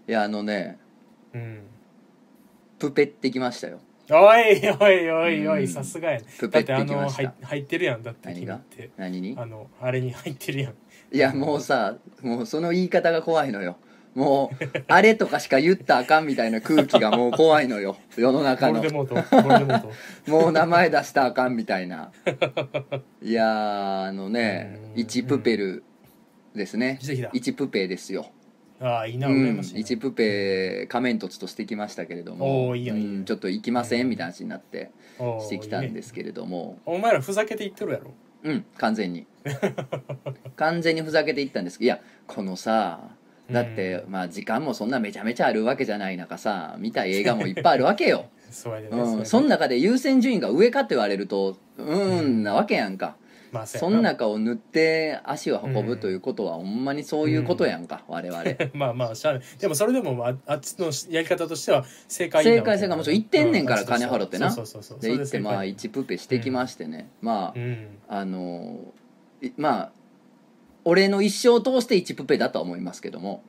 いやうん。 プペってきましたよ。 おいおいおいおい、 うんさすがやね。 プペっだっててきました。 入ってるやん。だって何が君って何に？ あれに入ってるやん。 いやもうさ、もうその言い方が怖いのよ。もうあれとかしか言ったらあかんみたいな空気がもう怖いのよ、世の中の。 ボルデモートボルデモート。 もう名前出したらあかんみたいな。いやイチプペルですね。 奇跡だ。 イチプペですよ。 ああ、いいな、羨ましいな。 イチプペ仮面凸としてきましたけれども、 おーいいやんいいやんちょっと行きませんみたいな話になっておーしてきたんですけれども、 お前らふざけて言ってるやろ。 完全に完全にふざけていったんですけど、いやこのさ、だってまあ時間もそんなめちゃめちゃあるわけじゃない中さ、見たい映画もいっぱいあるわけよ。 そうやでね、そうやでその中で優先順位が上かって言われるとなわけやんか。 まあその中を塗って足を運ぶということはほんまにそういうことやんか、我々。 まあまあしゃあない。でもそれでもあっちのやり方としては正解正解もちろん行ってんねんから、金払ってな。 そうそうそうそう。 で行ってまあ1プペしてきましてね、まあまあ俺の一生を通して1プペだとは思いますけども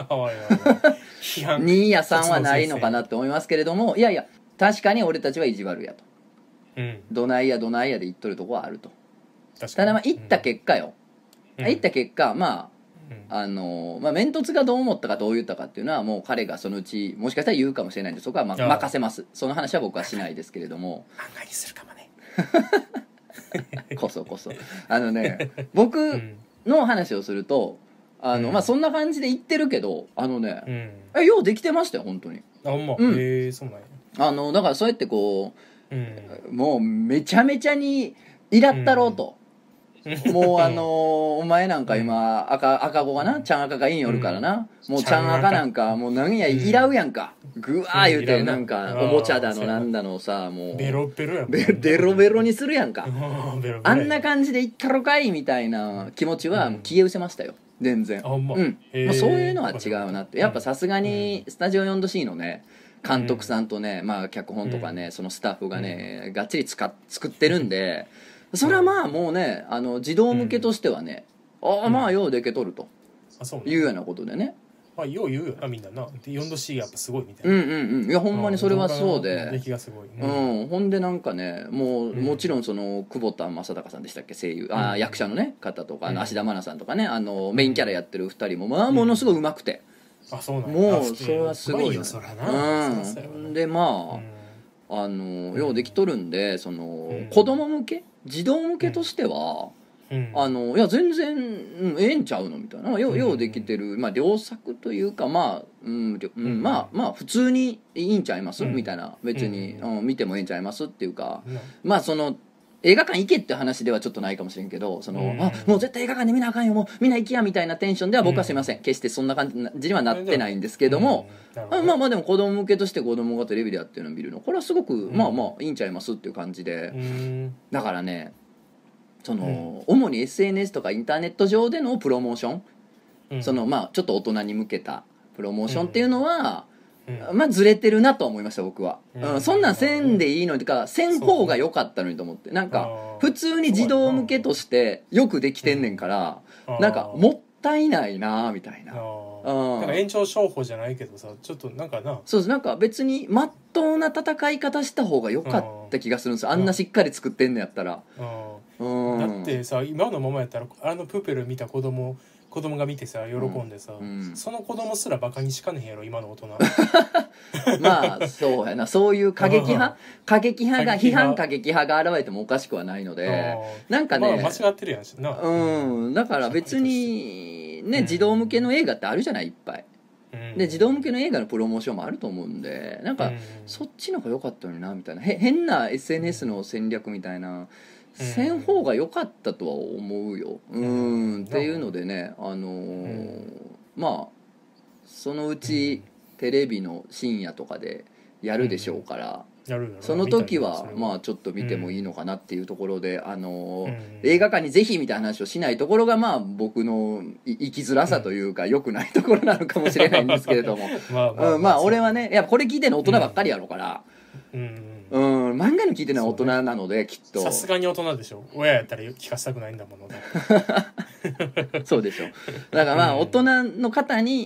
2や3はないのかなって思いますけれども、いやいや確かに俺たちは意地悪やと、どないやどないやで言っとるとこはあると。ただまあ行った結果よ、行った結果まあメントツがどう思ったかどう言ったかっていうのはもう彼がそのうちもしかしたら言うかもしれないんで、そこは任せます。その話は僕はしないですけれども案外にするかもねこそ僕の話をするとまあそんな感じで言ってるけどようできてましたよ本当に。 あ、ほんま。へえ、そうなんや。 だからそうやってこうもうめちゃめちゃにイラったろうと、もうお前なんか今赤子がな、ちゃん赤がいいんおるからな、もうちゃん赤なんかもう何やいらうやんか、ぐわー言うてなんかおもちゃだのなんだのさ、もうベロベロやん。 ベロベロにするやんか。 ベロベロあんな感じでいったろかいみたいな気持ちは消え失せましたよ全然。 あ、ほんま。 もうそういうのは違うなって。やっぱさすがにスタジオ 4°C のね監督さんとね、まあ脚本とかね、そのスタッフがねがっちり作ってるんで、それはまあもうね児童向けとしてはね、まあようでけとるというようなことでね、 まあよう言うよなみんなな。で 4°C がやっぱすごいみたいな。 いやほんまにそれはそうで、 出来がすごい。 ほんでなんかねもちろんその久保田正孝さんでしたっけ、声優役者のね方とか芦田愛菜さんとかねメインキャラやってる2人もまあものすごいうまくて、 あ、そうなんや。 もうそれはすごいよそらな。 でまあようできとるんで、その子供向け児童向けとしては、いや全然、ええんちゃうのみたいな、ようできてる、まあ良作というかまあ、まあ普通にいいんちゃいます、みたいな、別に、見てもええんちゃいますっていうか、まあその映画館行けって話ではちょっとないかもしれんけど、そのもう絶対映画館で見なあかんよ、もうみんな行きやみたいなテンションでは僕はすいません、決してそんな感じにはなってないんですけども、まあでも子供向けとして子供がテレビでやってるのを見るの、これはすごくまあまあいいんちゃいますっていう感じで、だからねその主に SNS とかインターネット上でのプロモーション、そのまあちょっと大人に向けたプロモーションっていうのは、まあずれてるなと思いました僕は、そんなんせんでいいのにとかせん方が良かったのにと思って、なんか普通に児童向けとしてよくできてんねんから、なんかもったいないなみたいな、 なんか延長商法じゃないけどさ、ちょっとなんかな、 そうです、なんか別にまっとうな戦い方した方が良かった気がするんですよ、あんなしっかり作ってんのやったら。 だってさ今のままやったらプペル見た子供が見てさ喜んでさ、その子供すらバカにしかねへんやろ今の大人まあそうやな、そういう過激派が批判過激派が現れてもおかしくはないので、なんかね、 間違ってるやんしな。 だから別にね児童向けの映画ってあるじゃない、いっぱい。で児童向けの映画のプロモーションもあると思うんで、なんかそっちの方が良かったのになみたいな、変な SNS の戦略みたいなせん方が良かったとは思うよ、っていうのでね、まあそのうちテレビの深夜とかでやるでしょうから、その時はまあちょっと見てもいいのかなっていうところで、映画館にぜひみたいな話をしないところがまあ僕の生きづらさというか良くないところなのかもしれないんですけれどもまあ俺はねやっぱこれ聞いてるの大人ばっかりやろうから、漫画に聞いてるのは大人なので、きっとさすがに大人でしょ、親やったら聞かせたくないんだものだそうでしょ、だからまあ大人の方に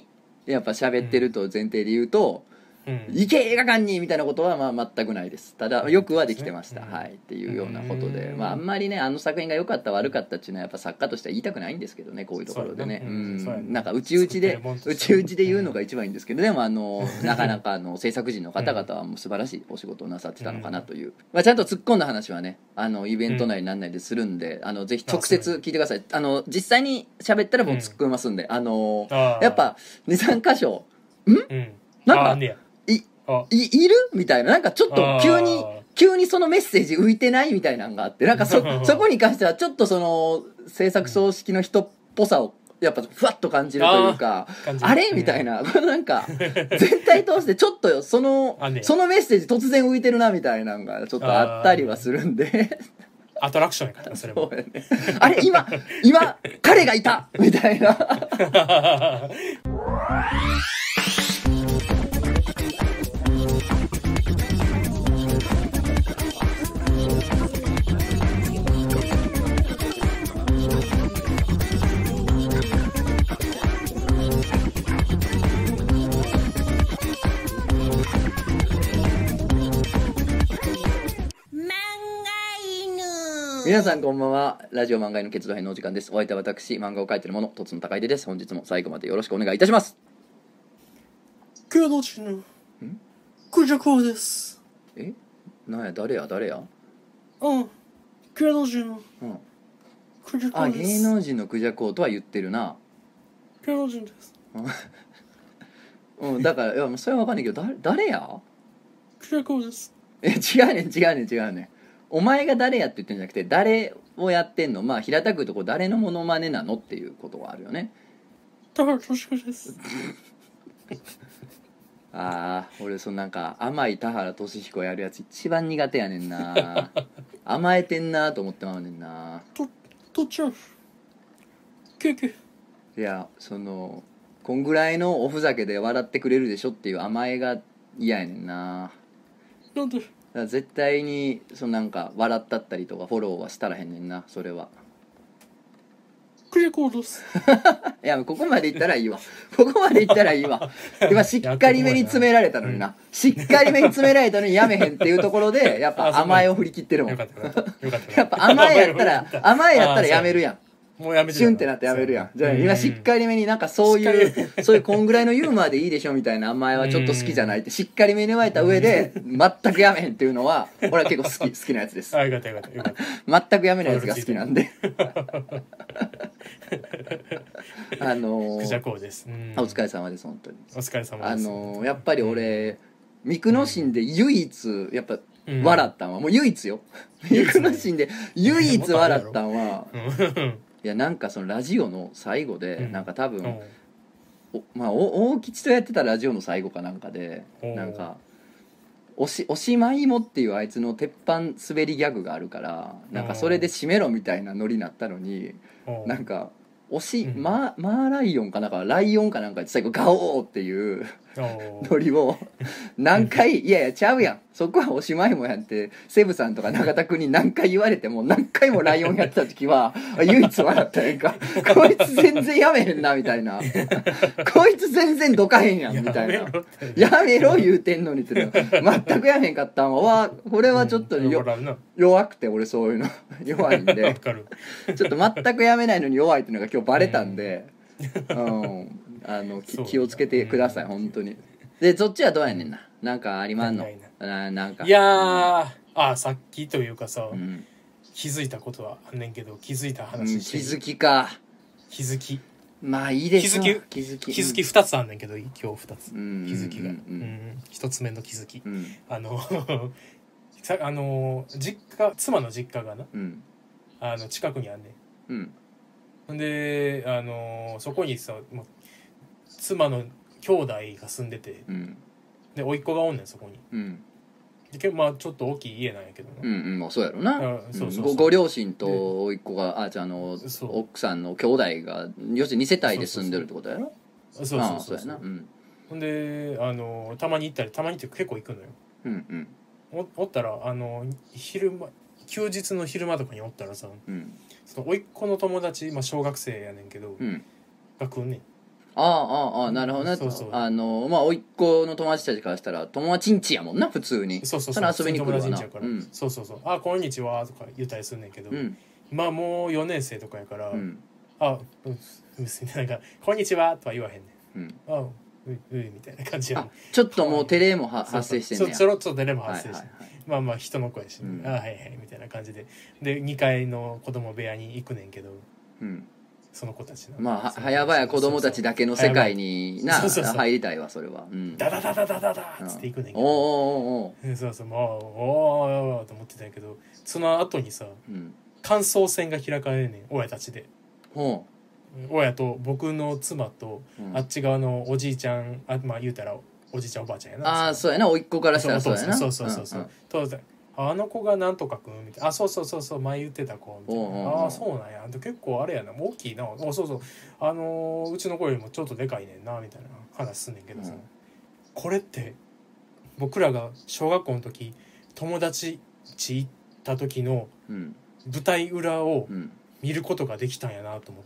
やっぱ喋ってると前提で言うと、行け映画館にみたいなことはまあ全くないです。ただよくはできてました、はいっていうようなことで、まああんまりねあの作品が良かった悪かったっていうのはやっぱ作家としては言いたくないんですけどね、こういうところでね、なんか内々で言うのが一番いいんですけど、でもなかなか制作陣の方々はもう素晴らしいお仕事をなさってたのかなという、まあ、ちゃんと突っ込んだ話はねイベント内なんないでするんで、ぜひ直接聞いてください。実際に喋ったらもう突っ込みますんで、やっぱ 2,3 箇所なんかいるみたいな、なんかちょっと急にそのメッセージ浮いてないみたいなのがあって、なんかそこに関してはちょっとその制作葬式の人っぽさをやっぱふわっと感じるというか、あれみたいな、なんか全体通してちょっとそのメッセージ突然浮いてるなみたいなのがちょっとあったりはするんでアトラクションやからそれもそうやね、あれ今彼がいたみたいな皆さんこんばんは。ラジオ漫画への決動編のお時間です。お相手は私、漫画を描いている者、とつの高出です。本日も最後までよろしくお願いいたします。 クドチのクジャコウです。 なんや誰やクドチのクジャコウです。 芸能人のクジャコウとは言ってるな。 芸能人ですだからいやそれは分かんないけど誰やクジャコウです。 違うねん。お前が誰やって言ってんじゃなくて誰をやってんの、まあ平たく言うとこ誰のモノマネなのっていうことはあるよね。 田原俊彦です俺なんか甘い田原俊彦やるやつ一番苦手やねんな甘えてんなと思ってまうねんな。 とっちゃうケーキいやこんぐらいのおふざけで笑ってくれるでしょっていう甘えが嫌やねんな。 なんで絶対になんか笑ったったりとかフォローはしたらへんねんな、それは。 クリアコードですいやここまでいったらいいわ今しっかりめに詰められたのにな、しっかりめに詰められたのにやめへんっていうところでやっぱ甘えを振り切ってるもん。やっぱ甘えやったらやめるやん。 もうやめてシュンってなってやめるやん。じゃあ今しっかりめになんかそういうこんぐらいのユーモアでいいでしょみたいな甘えはちょっと好きじゃないってしっかりめに言われた上で全くやめへんっていうのは俺は結構好きなやつです。 よかった全くやめないやつが好きなんでクジャコウです。 お疲れ様です本当に。 お疲れ様です。 やっぱり俺ミクノシンで唯一やっぱ笑ったんはもう唯一よ。ミクノシンで唯一笑ったんはいやなんかそのラジオの最後でなんか多分大吉とやってたラジオの最後かなんかでなんかおしまいもっていうあいつの鉄板滑りギャグがあるからなんかそれで締めろみたいなノリになったのになんかマーライオンかなんかライオンかなんかで最後ガオーっていうノリを何回いやちゃうやんそこはおしまいもやんってセブさんとか永田君に何回言われても何回もライオンやってた時は唯一笑ったやんかこいつ全然やめへんなみたいなこいつ全然どかへんやんみたいなやめろ言うてんのにって全くやめへんかったんはこれはちょっと弱くて俺そういうの弱いんでちょっと全くやめないのに弱いっていうのが今日バレたんで気をつけてください本当に。でそっちはどうやねんな、なんかありまんのなんか。 いやさっきというかさ、気づいたことはあんねんけど気づいた話して、 気づきか気づきまあいいですよ気づき2つあんねんけど今日2つ気づきが1つ目の気づき妻の実家がな近くにあんねん。でそこにさ妻の兄弟が住んでて、で甥っ子がおんねんそこに、でまあちょっと大きい家なんやけどな、 まあそうやろな。ご両親と甥っ子が奥さんの兄弟が要するに2世帯で住んでるってことやろ。 そうやな。ほんでたまに行ったりたまにって結構行くのよ。おったら休日の昼間とかにおったらさ、その甥っ子の友達、小学生やねんけど、が来んねん。 なるほどね。 そうそうまあ甥っ子の友達たちからしたら友達んちやもんな普通に。 そうそれ遊びに来るわな。 友達んちやから、そうそうそう、あこんにちはとか言ったりすんねんけど、まあもう4年生とかやから、別になんかこんにちはとは言わへんねん。みたいな感じや。 ちょっともう照れも発生してんねや。 ちょろっと照れも発生して、まあまあ人の声やし、はいはいみたいな感じで2階の子供部屋に行くねんけど、その子たちのまあ早々子供たちだけの世界にな入りたいわそれは。 ダダダダダダダっつって行くねんけど、そうそう、もうおおと思ってたんやけど、その後にさ感想戦が開かれんねん、親たちで。親と僕の妻と、あっち側のおじいちゃん、まあ言うたらおじいちゃんおばあちゃんやな。 そうやな、甥っ子からしたらそうやな。 そう当然あの子がなんとかくんみたいな、そう前言ってた子みたいな、そうなんや、結構あれやな、大きいな、うちの子よりもちょっとでかいねんなみたいな話すんねんけどさ、これって僕らが小学校の時友達家行った時の舞台裏を見ることができたんやなと思って、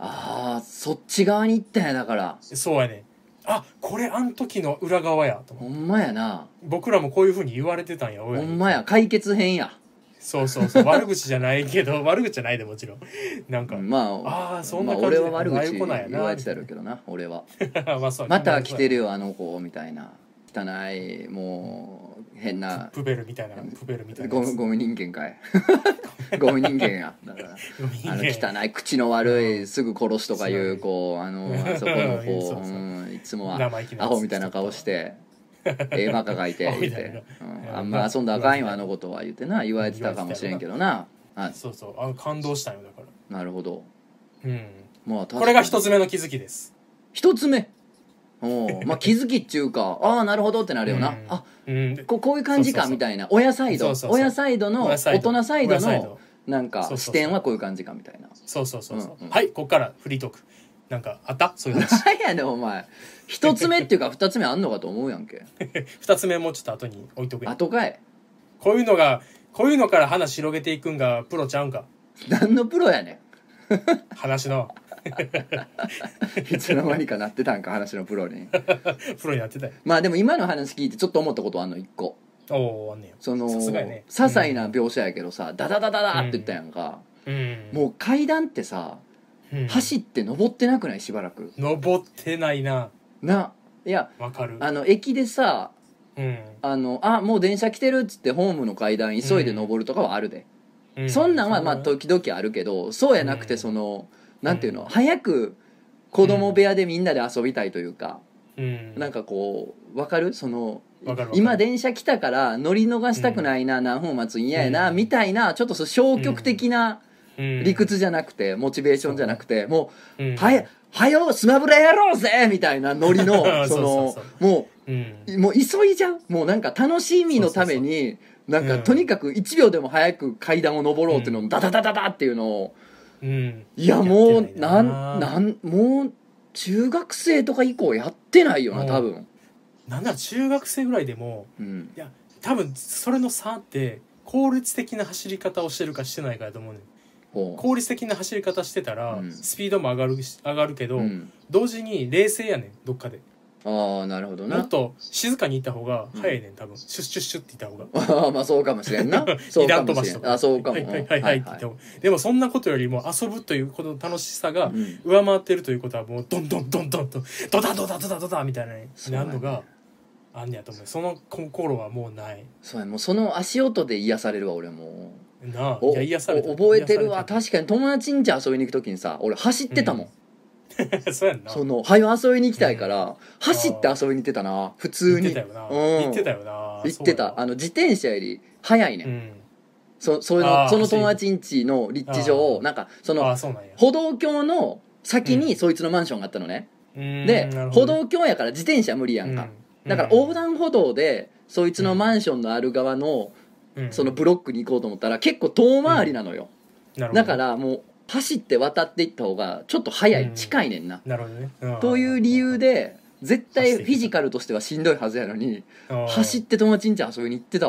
そっち側に行ったんや。だからそうやね、これあん時の裏側やと思って。 ほんまやな、 僕らもこういう風に言われてたんや親に。 ほんまや、解決編や。 そう悪口じゃないけど悪口じゃないでもちろんなんかそんな感じで、 俺は悪口言われてたけどな俺はまた来てるよあの子みたいな、汚いもう変なプベルみたいなゴミ人間かいゴミ人間や。だから汚い口の悪いすぐ殺しとかいう子、あそこの子いつもはアホみたいな顔してバカがいて言ってあんま遊んだらあかんよあのことは言ってな言われてたかもしれんけどな。 そう感動したんよだから。 なるほど。 まあこれが一つ目の気づきです。 一つ目まあ気づきっちゅうかなるほどってなるよな。こういう感じかみたいな、親サイドの大人サイドのなんか視点はこういう感じかみたいな。はいこっからフリートークなんかあった、そういう話。 何やねんお前、一つ目っていうか二つ目あんのかと思うやんけ。 二つ目もうちょっと後に置いとくやん。 後かい。 こういうのから話広げていくんがプロちゃうんか。 何のプロやねん話のいつの間にかなってたんか話のプロにプロになってたよ。 まあでも今の話聞いてちょっと思ったことあんの一個。 あんねや。 そのさすがやね。 些細な描写やけどさ、ダダダダダって言ったやんか、もう階段ってさ、走って登ってなくない？しばらく登ってないな。 いやわかる。 駅でさ、もう電車来てるっつってホームの階段急いで登るとかはあるで、そんなんはまあ時々あるけど、そうやなくてそのなんていうの、早く子供部屋でみんなで遊びたいというか、なんかこう分かる、その今電車来たから乗り逃したくないな、何分待つん嫌やなみたいな、ちょっと消極的な理屈じゃなくてモチベーションじゃなくて、もうはよスマブラやろうぜみたいなノリのそのもう急いじゃう、もうなんか楽しみのためになんかとにかく1秒でも早く階段を上ろうっていうのをダダダダダっていうのを、いやもうもう中学生とか以降やってないよな多分。 なんなら中学生ぐらいでも、いや多分それの差って効率的な走り方をしてるかしてないかやと思うねん。効率的な走り方してたら、スピードも上がるけど、同時に冷静やねんどっかで。 なるほどな。 もっと静かに行った方が早いねん多分、シュッシュッシュッって言った方が。 まあそうかもしれんな。 二段飛ばしとか。 そうかも。 はいって言った方が。でもそんなことよりも遊ぶということの楽しさが上回ってるということは、もうどんどんとドダドダドダドダみたいなになるのがあんねやと思う。その心はもうない。 そうや、もうその足音で癒されるわ俺も。 いや癒された。 覚えてるわ。確かに友達ん家遊びに行く時にさ、俺走ってたもん。 そうやんな。 早遊びに行きたいから、走って遊びに行ってたな普通に。 行ってたよな。 行ってた。自転車より速いね。その友達ん家の立地上、なんかその歩道橋の先にそいつのマンションがあったのね。で歩道橋やから自転車無理やんか。だから横断歩道でそいつのマンションのある側のそのブロックに行こうと思ったら結構遠回りなのよ。だからもう走って渡っていった方がちょっと早い、近いねんな。 なるほどね。 という理由で絶対フィジカルとしてはしんどいはずやのに走って友達ん家遊びに行ってたわ。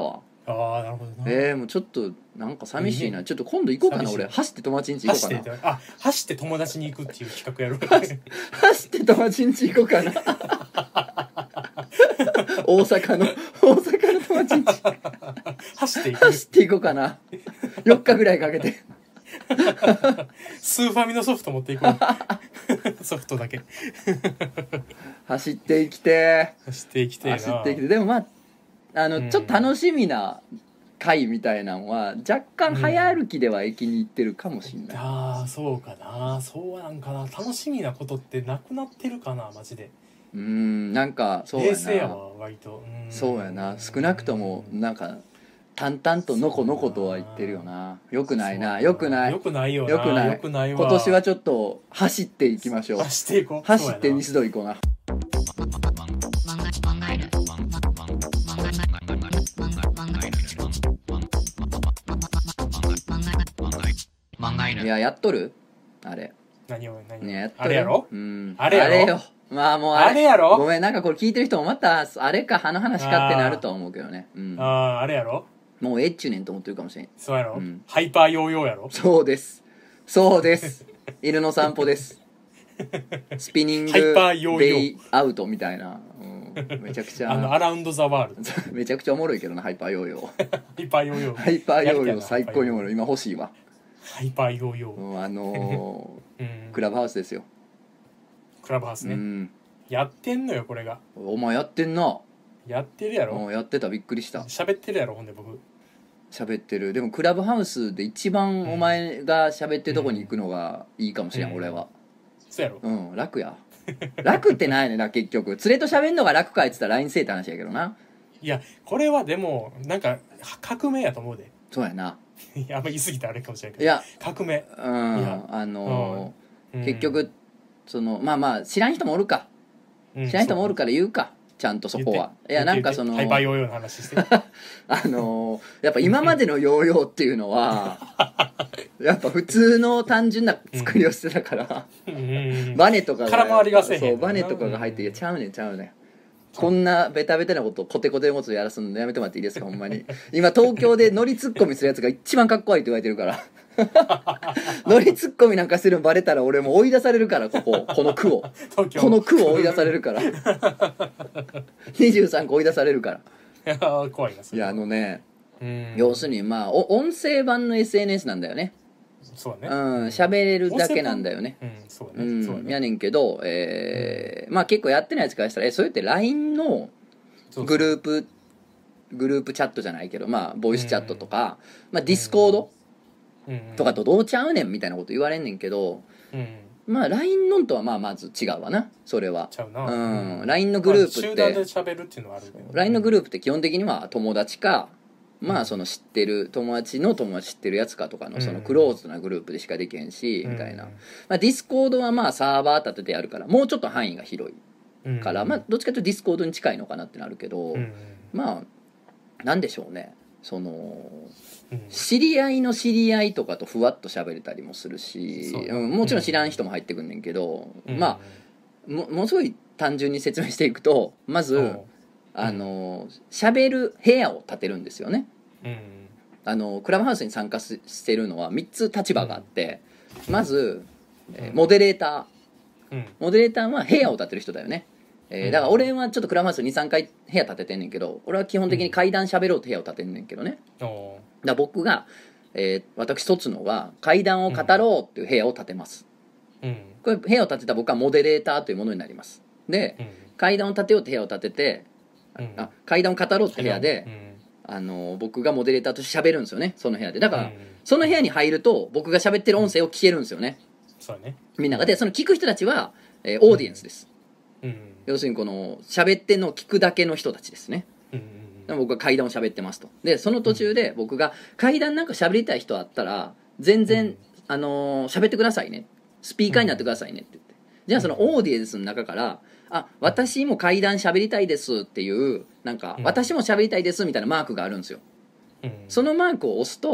ああなるほどな。 もうちょっとなんか寂しいな。ちょっと今度行こうかな。俺走って友達ん家行こうかな。 走って友達に行くっていう企画やろう。 走って友達ん家行こうかな。大阪の友達ん家走って行こうかな。4日ぐらいかけて。 スーファミのソフト持っていこう。ソフトだけ。 走っていきてな。 でもまあちょっと楽しみな回みたいなのは若干早歩きでは駅に行ってるかもしれない、 ああそうかな。そうなんかな。楽しみなことってなくなってるかなマジで。 なんかそうやな。 冷静やわ割と。 そうやな。少なくともなんか淡々とのこのことは言ってるよな。よくないな。よくない。 よくないよな。 よくない。今年はちょっと走っていきましょう。 走っていこう。 走って西戸行こうな。いややっとるあれ。 何ねやっとるあれやろ。 あれよ。まあもうあれやろ。 ごめんなんかこれ聞いてる人もまたあれかあの話かってなると思うけどね。 あれやろ。 もうエッチュねんと思ってるかもしれん。 そうやろ。ハイパーヨーヨーやろ。 そうです犬の散歩です。スピニングベイアウトみたいな、めちゃくちゃアラウンドザワールド。 めちゃくちゃおもろいけどなハイパーヨーヨー。 ハイパーヨーヨー。 ハイパーヨーヨー最高におもろい。今欲しいわ。 ハイパーヨーヨー。 クラブハウスですよ。 クラブハウスね。やってんのよこれが。 お前やってんな。 やってるやろ。 やってた。びっくりした。 喋ってるやろ。ほんで僕喋ってる。でもクラブハウスで一番お前が喋ってるとこに行くのがいいかもしれん、俺は。 そうやろ。 楽や。楽ってないねんな結局。連れと喋んのが楽かいっつったら LINE せえって話やけどな。 いやこれはでもなんか革命やと思うで。 そうやな。 いやあんま言い過ぎたらあれかもしれんけど。 いや革命。 結局まあ知らん人もおるか。知らん人もおるから言うか。ちゃんとそこは。いやなんかハイパーヨーヨーの話して。 やっぱ今までのヨーヨーっていうのはやっぱ普通の単純な作りをしてたからバネとかが空回りがせえへん。 そうバネとかが入ってちゃうねんこんなベタベタなことコテコテのことやらすのやめてもらっていいですかほんまに。今東京でノリツッコミするやつが一番かっこいいって言われてるからノリツッコミなんかするのバレたら俺もう追い出されるからこの区を追い出されるから23個追い出されるから。 いや怖いなそれ。 いや要するにまあ音声版の SNS なんだよね。 そうね。 喋れるだけなんだよね。 そうね。 やねんけどまあ結構やってないやつからしたらそれって LINE のグループチャットじゃないけどまあボイスチャットとかまあディスコードとかとどうちゃうねんみたいなこと言われんねんけど、まあ LINE のんとはまあまず違うわなそれは。 ちゃうな。 LINE のグループって集団で喋るっていうのはあるけど LINE のグループって基本的には友達かまあその知ってる友達の友達知ってるやつかとかのそのクローズなグループでしかできへんしみたいな。まあディスコードはまあサーバー立ててやるからもうちょっと範囲が広いからまあどっちかというとディスコードに近いのかなってなるけどまあなんでしょうね知り合いの知り合いとかとふわっと喋れたりもするし、もちろん知らん人も入ってくんねんけど、まあものすごい単純に説明していくとまず喋る部屋を建てるんですよね。クラブハウスに参加してるのは3つ立場があって、まず、モデレーターは部屋を建てる人だよね。だから俺はちょっとクラブハウス 2,3 回部屋建ててんねんけど俺は基本的に階段喋ろうと部屋を建てんねんけどね。だから僕が、私卒のは階段を語ろうっていう部屋を建てます。これ部屋を建てた僕はモデレーターというものになります。で、階段を建てようって部屋を建てて階段を語ろうって部屋で、僕がモデレーターとして喋るんですよねその部屋で。だから、その部屋に入ると僕が喋ってる音声を聞けるんですよね。 そうね。 みんながでその聞く人たちは、オーディエンスです。要するにこの喋ってんのを聞くだけの人たちですね。僕は階段を喋ってますと。でその途中で僕が階段なんか喋りたい人あったら全然喋ってくださいねスピーカーになってくださいねって言って、じゃあそのオーディエンスの中から私も階段喋りたいですっていうなんか私も喋りたいですみたいなマークがあるんですよ。そのマークを押すと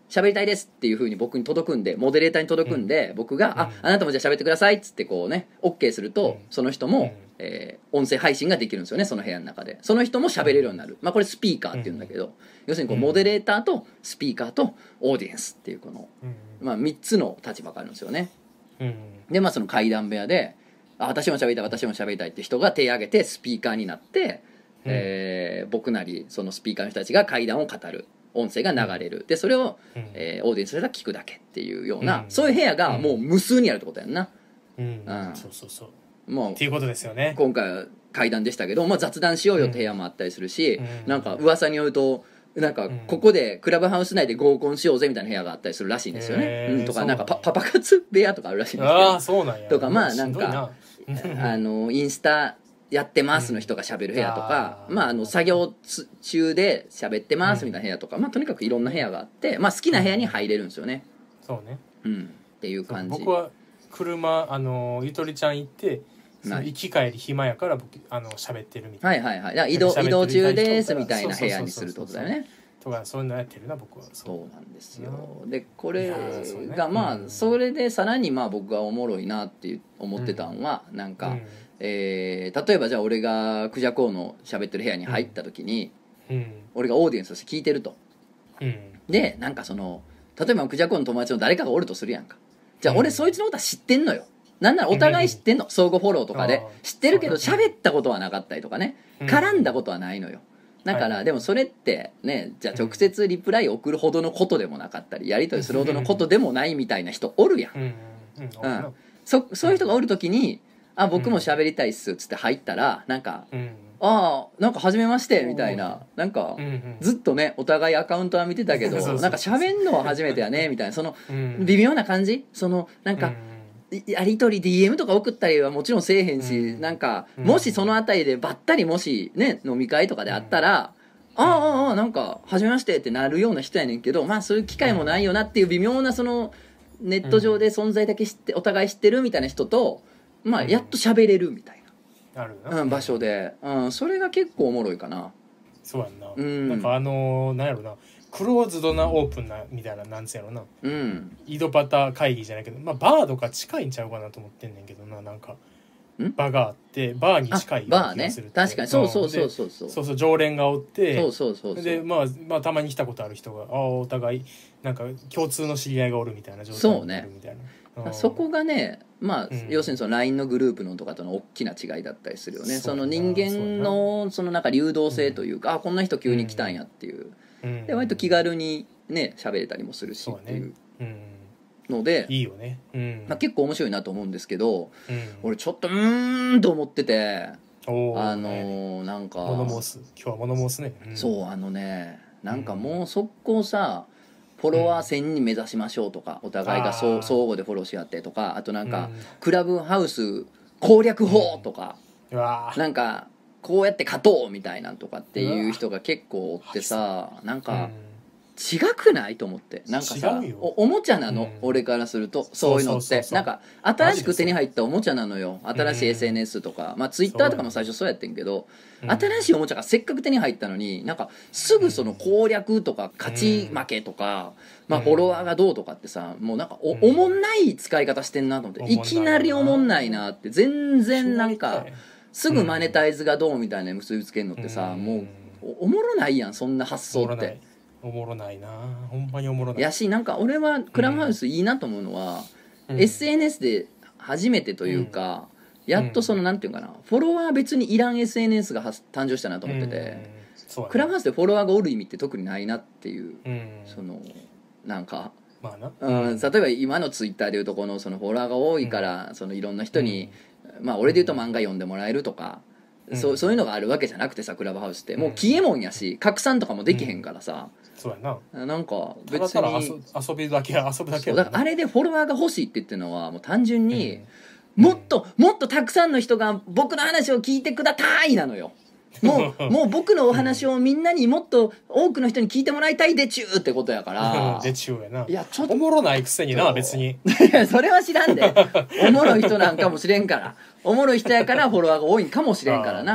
喋りたいですっていう風に僕に届くんで、モデレーターに届くんで、僕が、あなたもじゃあ喋ってくださいっつってこうね OK すると、その人も、音声配信ができるんですよね、その部屋の中で。その人も喋れるようになる、これスピーカーっていうんだけど、要するにこうモデレーターとスピーカーとオーディエンスっていうこの、3つの立場があるんですよね。でその階段部屋で私も喋りたい私も喋りたいって人が手を挙げてスピーカーになって、僕なりそのスピーカーの人たちが階段を語る音声が流れる、でそれを、オーディエンスが聞くだけっていうような、そういう部屋がもう無数にあるってことやんな。 そうそうそう、 もうっていうことですよね。 今回は階段でしたけど、雑談しようよって部屋もあったりするし、なんか噂によるとなんかここでクラブハウス内で合コンしようぜみたいな部屋があったりするらしいんですよね。とかなんかパパ活部屋とかあるらしいんですけど、 そうなんや。 とかなんかインスタやってますの人が喋る部屋とか、作業中で喋ってますみたいな部屋とか、とにかくいろんな部屋があって、好きな部屋に入れるんですよね。 そうね。 っていう感じ。 僕は車ゆとりちゃん行って行き帰り暇やから僕喋ってるみたいな。 移動中ですみたいな部屋にするってことだよね。 とかそういうのやってるな僕は。 そうなんですよ。でこれがそれでさらに僕がおもろいなって思ってたんは、なんか例えばじゃあ俺がクジャコウの喋ってる部屋に入った時に、俺がオーディエンスとして聞いてると、でなんかその例えばクジャコウの友達の誰かがおるとするやんか。じゃあ俺そいつのことは知ってんのよ。なんならお互い知ってんの、相互フォローとかで知ってるけど喋ったことはなかったりとかね、絡んだことはないのよ。だからでもそれってね、じゃあ直接リプライ送るほどのことでもなかったり、やり取りするほどのことでもないみたいな人おるやん。そういう人がおる時に僕も喋りたいっすっつって入ったら、なんかなんか初めましてみたいな、なんかずっとねお互いアカウントは見てたけどなんか喋んのは初めてやねみたいな、その微妙な感じ、そのなんかやり取り DM とか送ったりはもちろんせえへんし、なんかもしそのあたりでばったりもしね飲み会とかであったらなんか初めましてってなるような人やねんけど、そういう機会もないよなっていう微妙な、そのネット上で存在だけ知ってお互い知ってるみたいな人とやっと喋れるみたいな場所で、それが結構おもろいかな。 そうやんな。なんかなんやろな、クローズドなオープンなみたいな、なんつやろな、井戸端会議じゃないけど、バーとか近いんちゃうかなと思ってんねんけどな、なんか場があってバーに近いような気がするって。 確かにそう常連がおって、 でたまに来たことある人がお互いなんか共通の知り合いがおるみたいな状態になるみたいな。 そこがね、要するにその LINE のグループのとかとの大きな違いだったりするよね。その人間のそのなんか流動性というか、こんな人急に来たんやっていう、で割と気軽にね喋れたりもするしっていうので、 いいよね。 結構面白いなと思うんですけど、俺ちょっとと思ってて、なんか物申す、今日は物申すね。 そうなんかもう速攻さ、フォロワー1000人目指しましょうとか、お互いが相互でフォローし合ってとか、あとなんかクラブハウス攻略法とか、なんかこうやって勝とうみたいなんとかっていう人が結構おってさ、なんか違くないと思って。なんかさ おもちゃなの、俺からするとそういうのってなんか新しく手に入ったおもちゃなのよ。新しい SNS とかツイッターとかも最初そうやってんけど、新しいおもちゃがせっかく手に入ったのに、なんかすぐその攻略とか勝ち負けとか、フォロワーがどうとかってさ、もうなんかおもんない使い方してんなと思って、いきなりおもんないなって。全然なんかすぐマネタイズがどうみたいな結びつけるのってさ、もうおもろないやん、そんな発想って。 おもろないな、ほんまにおもろない。 やし、なんか俺はクラブハウスいいなと思うのは、SNS で初めてというか、やっとそのなんていうかな、フォロワー別にいらん SNS が誕生したなと思ってて、クラブハウスでフォロワーがおる意味って特にないなっていう、そのなんか、例えば今のツイッターでいうとこのそのフォロワーが多いから、そのいろんな人に、俺で言うと漫画読んでもらえるとか、そういうのがあるわけじゃなくてさ、クラブハウスってもう消えもんやし、拡散とかもできへんからさ、 そうやな、 なんか別にただ遊ぶだけやだからあれでフォロワーが欲しいって言ってるのはもう単純に、もっとたくさんの人が僕の話を聞いてくださいなのよ。もう僕のお話をみんなにもっと多くの人に聞いてもらいたいでちゅーってことやからでちゅうやな。 いやちょっとおもろないくせにな、別に。 いやそれは知らんで、おもろい人なんかもしれんから、おもろい人やからフォロワーが多いんかもしれんからな。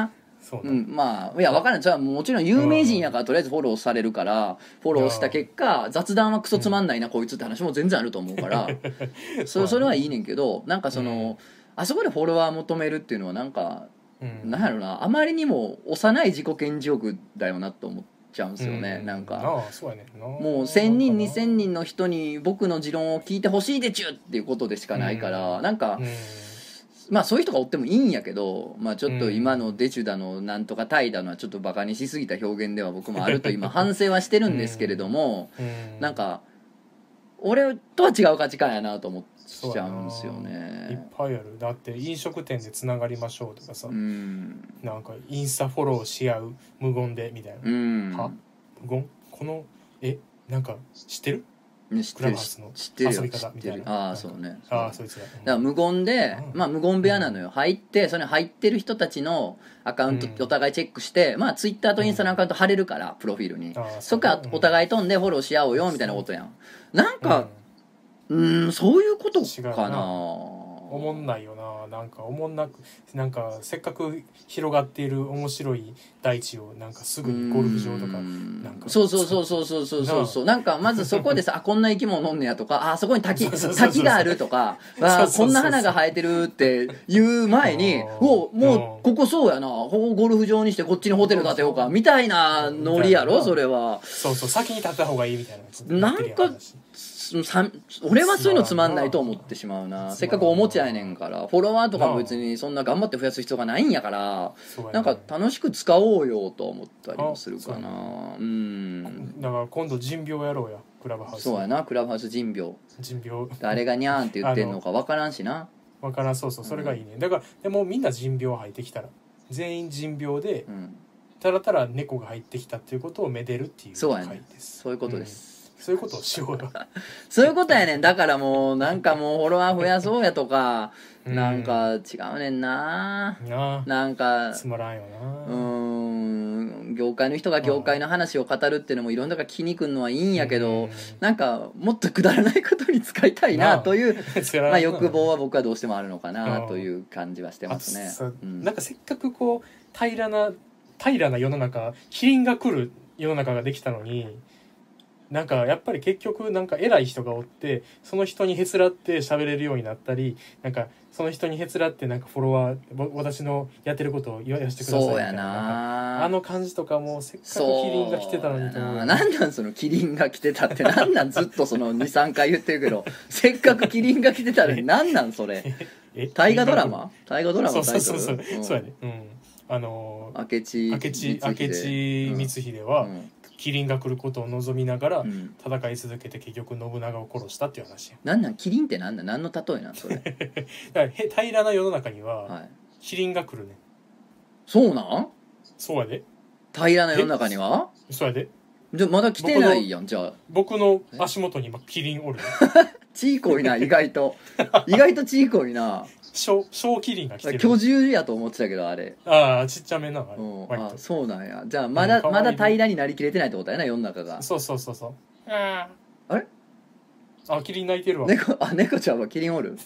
そううん、まあいや分からない、それはもちろん有名人やからとりあえずフォローされるから、フォローした結果雑談はクソつまんないな、こいつって話も全然あると思うからそれはいいねんけど、なんかその、あそこでフォロワー求めるっていうのはなんか、なんやろな、あまりにも幼い自己顕示欲だよなと思っちゃうんですよね、なんかそうやねんな、 もう1000人2000人の人に僕の持論を聞いてほしいでちゅっていうことでしかないから、なんか、まあそういう人がおってもいいんやけど、まあちょっと今のデチュだのなんとかタイだのはちょっとバカにしすぎた表現では僕もあると今反省はしてるんですけれども、なんか俺とは違う価値観やなと思っちゃうんですよね。 いっぱいある。だって飲食店でつながりましょうとかさ、なんかインスタフォローし合う無言でみたいな、は無言このなんか知ってるクラブハウスの遊び方みたいな。 ああそうね。 そいつだ。だから無言で、まあ無言部屋なのよ。入ってそれに入ってる人たちのアカウントお互いチェックして、まあツイッターとインスタのアカウント貼れるからプロフィールに。そっからお互い飛んでフォローし合おうよみたいなことやん。なんかそういうことかな。 おもんないよな。なんかおもんなく、なんかせっかく広がっている面白い大地をなんかすぐにゴルフ場とかなんかそうなんかまずそこでさこんな生き物おんねやとか、そこに滝があるとか、こんな花が生えてるっていう前に、もうここそうやな、ゴルフ場にしてこっちにホテル建てようかみたいなノリやろそれは。 そう先に建てた方がいいみたいな。 なんか俺はそういうのつまんないと思ってしまうな。せっかくおもちゃやねんから、フォロワーとかも別にそんな頑張って増やす必要がないんやから、なんか楽しく使おうよと思ったりもするかな。 だから今度人病やろうや、クラブハウス。 そうやな、クラブハウス人病誰がニャーンって言ってんのか分からんしな。 分からん。そうそれがいいね。だからでもみんな人病入ってきたら全員人病で、ただただ猫が入ってきたっていうことをめでるっていう回です。 そういうことです。 そういうことをしようよそういうことやねん。だからもうなんかもうフォロワー増やそうやとか、なんか違うねんな。なんかつまらんよな。業界の人が業界の話を語るっていうのもいろんなが気にくんのはいいんやけど、なんかもっとくだらないことに使いたいなというまあ欲望は僕はどうしてもあるのかなという感じはしてますね。 なんかせっかくこう平らな世の中、キリンが来る世の中ができたのに、なんかやっぱり結局なんか偉い人がおって、その人にへつらって喋れるようになったり、なんかその人にへつらってなんかフォロワー私のやってることを言わしてくださいみたいな、あの感じとかもせっかくキリンが来てたのにと思う。 なんなんそのキリンが来てたってなんなんずっとその 2,3 回言ってるけどせっかくキリンが来てたのになんなんそれ大河ドラマタイトル。 そうやね。明智光秀はキリンが来ることを望みながら戦い続けて結局信長を殺したっていう話や。 なんキリンって何の例えなんそれだから平らな世の中にはキリンが来るね。 そうなん？ そうやで。 平らな世の中には？ そうやで。 じゃまだ来てないやん。じゃあ僕の足元に今キリンおるチーコいな意外とチーコいな。 小キリンが来てる。 巨獣やと思ってたけどあれ。 ちっちゃめなそうなんや。じゃあまだ平らになりきれてないってことやな世の中が。 そうあれキリン鳴いてるわ。 猫ちゃんはキリンおる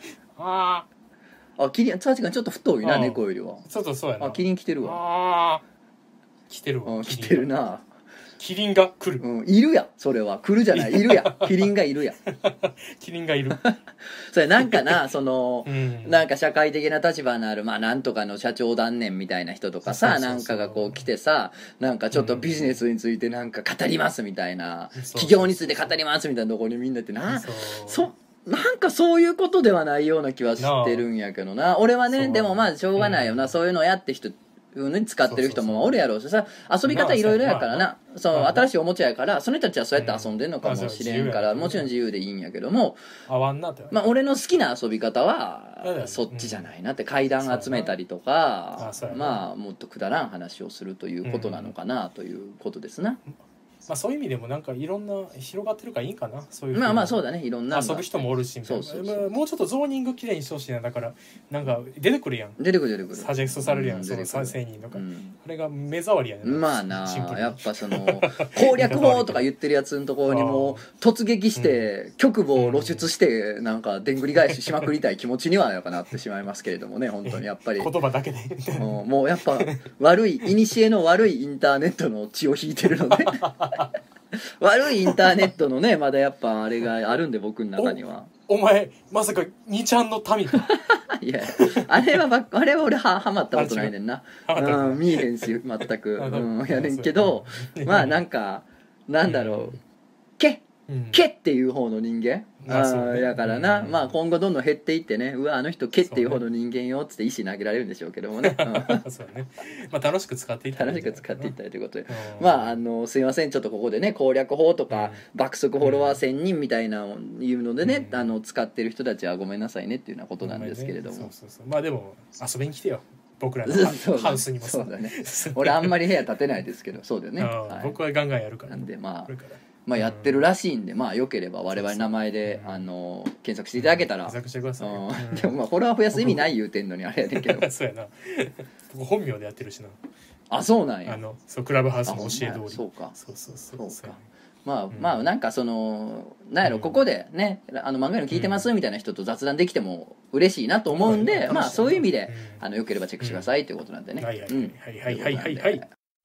キリン確かにちょっと太いな猫よりは。 そうやな。 キリン来てるわ。 来てるな。 キリンが来る。 いるや。それは来るじゃない。いるや。キリンがいるや。 キリンがいる。 それなんかななんか社会的な立場のあるなんとかの社長断念みたいな人とかさ、なんかがこう来てさ、なんかちょっとビジネスについてなんか語りますみたいな、企業について語りますみたいなところにみんなってなんかそういうことではないような気はしてるんやけどな。俺はね、でもしょうがないよな。そういうのやって人に使ってる人もおるやろうしさ、遊び方いろいろやからな。新しいおもちゃやからその人たちはそうやって遊んでんのかもしれんから、もちろん自由でいいんやけども、俺の好きな遊び方はそっちじゃないなって。階段集めたりとか、もっとくだらん話をするということなのかなということですな。 まあそういう意味でもなんかいろんな広がってるからいいんかな、そういうまあまあそうだね、いろんな遊ぶ人もおるしみたいな。 そうそうそう、 もうちょっとゾーニングきれいにしてほしいな。だからなんか出てくるやん、 出てくるサジェストされるやん、その3人とか、あれが目障りやねまあな、やっぱその攻略法とか言ってるやつのところにも突撃して局部を露出してなんかでんぐり返ししまくりたい気持ちにはやっぱなってしまいますけれどもね、本当にやっぱり言葉だけでもうやっぱ悪い古の悪いインターネットの血を引いてるので悪いインターネットのねまだやっぱあれがあるんで、僕の中には。 お前まさか2ちゃんの民かいやあれは俺はまったことないねんな、見えへんし全く、やねんけど、まあなんかなんだろう、けっていう方の人間やからな、まあ今後どんどん減っていってね、うわあの人けっていう方の人間よっつって石投げられるんでしょうけどもねそうね、まあ楽しく使っていったらいいんじゃないかな、 楽しく使っていったりということで、まあすいません、ちょっとここでね攻略法とか爆速フォロワー1000人みたいないうのでね使ってる人たちはごめんなさいねっていうようなことなんですけれども、 まあでも遊びに来てよ、僕らのハウスにも。 そうだね俺あんまり部屋建てないですけど、そうだよね、 僕はガンガンやるから。 なんでまあやってるらしいんで、まあよければ我々名前で検索していただけたら、 検索してください。 でもまあフォロワー増やす意味ない言うてんのにあれやねんけどそうやな、僕本名でやってるしな。 あ、そうなんや。 そうクラブハウスの教え通り。 そうか、 そうか。 まあなんかそのなんやろ、ここでね漫画の聞いてますみたいな人と雑談できても嬉しいなと思うんで、まあそういう意味でよければチェックしてくださいということなんでね。 はい。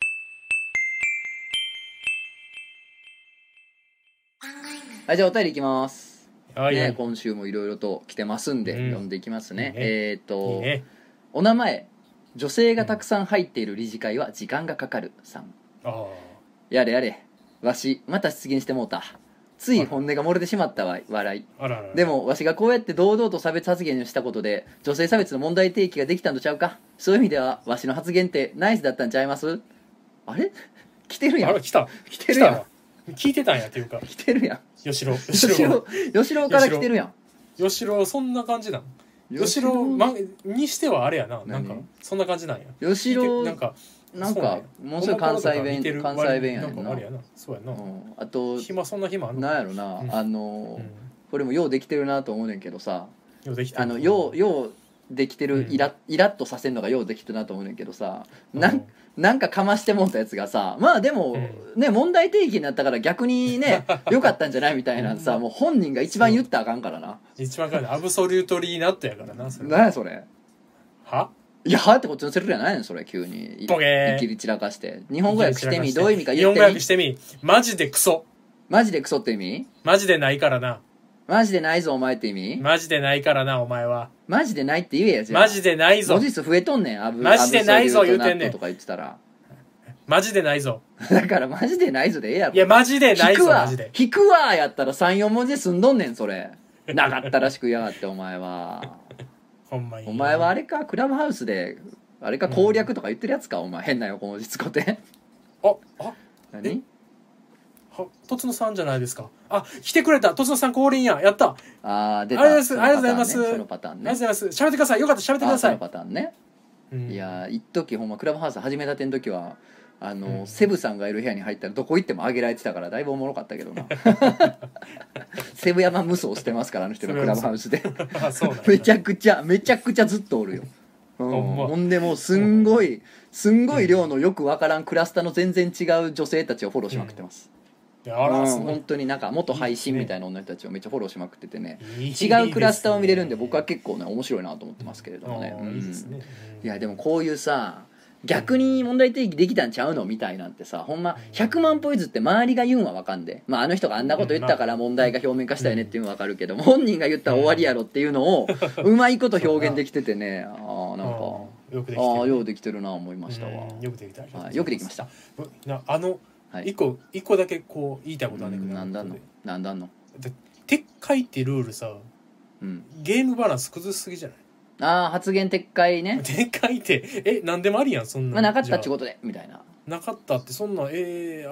はい、じゃあお便りいきます。 ね、 今週もいろいろと来てますんで、読んでいきますね。 いいね。 お名前、女性がたくさん入っている理事会は時間がかかるさん。やれわしまた出現してもうた。つい本音が漏れてしまったわ、笑い。でもわしがこうやって堂々と差別発言をしたことで女性差別の問題提起ができたんとちゃうか。そういう意味ではわしの発言ってナイスだったんちゃいます？あれ来てるやん。 来てるやん。聞いてたんやっていうか、 来てるやん。 吉郎から来てるやん。 吉郎そんな感じなん？吉郎にしてはあれやな、なんかそんな感じなんや。 吉郎なんかもうすぐ関西弁やねんな。 あれやな、そうやな。 あとそんな暇あんの？ なんやろな、これもようできてるなと思うねんけどさ、 ようできてる。 ようできてる、イラッとさせるのがようできてるなと思うねんけどさ、なんかかましてもんたやつがさ、まあでもね、問題提起になったから逆にね良かったんじゃないみたいなさ、もう本人が一番言ったらあかんからな。 一番あかんね、アブソリュートリーナットやからな。 何やそれ。はいやはってこっちのセリフじゃないのそれ。急にボケーいきり散らかして。日本語訳してみ、どういう意味か言ってみ。 日本語訳してみ。マジでクソ。 マジでクソって意味？ マジでないからな。 マジでないぞお前って意味？ マジでないからなお前は。 マジでないって言えや。じゃあマジでないぞ。 文字数増えとんねん。 マジでないぞ言うてんねんとか言ってたら。 マジでないぞ。 だからマジでないぞでええやろ。 いやマジでないぞ。マジで引くわやったら 3,4 文字で済んどんねんそれ。なかったらしくやがってお前は。 ほんまに。 お前はあれか、クラブハウスであれか攻略とか言ってるやつか、お前変な横文字使って何？ とつのさんじゃないですか。来てくれた。とつのさん降臨や。やった。 出た。 ありがとうございます。 そのパターンね。 ありがとうございます。喋ってください。よかった喋ってください。 そのパターンね。いや一時ほんまクラブハウス始めたての時はセブさんがいる部屋に入ったらどこ行ってもあげられてたからだいぶおもろかったけどなセブ山無双してますからあの人のクラブハウスでめちゃくちゃずっとおるよ。ほんでもうすんごい量のよくわからんクラスターの全然違う女性たちをフォローしまくってます。本当になんか元配信みたいな女の人たちをめっちゃフォローしまくっててね、違うクラスターを見れるんで僕は結構ね面白いなと思ってますけれどもね。いやでもこういうさ逆に問題提起できたんちゃうのみたいなんてさ、ほんま100万ポイズって周りが言うんは分かんで、あの人があんなこと言ったから問題が表面化したよねっていうのは分かるけど、本人が言ったら終わりやろっていうのをうまいこと表現できててね、なんかようできてるな思いましたわ。 よくできた。 よくできました。 一個だけこう言いたいことあるんだけど、 なんだんの撤回ってルールさ、ゲームバランス崩しすぎじゃない？ 発言撤回ね。 撤回って何でもありやんそんな。 なかったってことでみたいな。 なかったってそんなって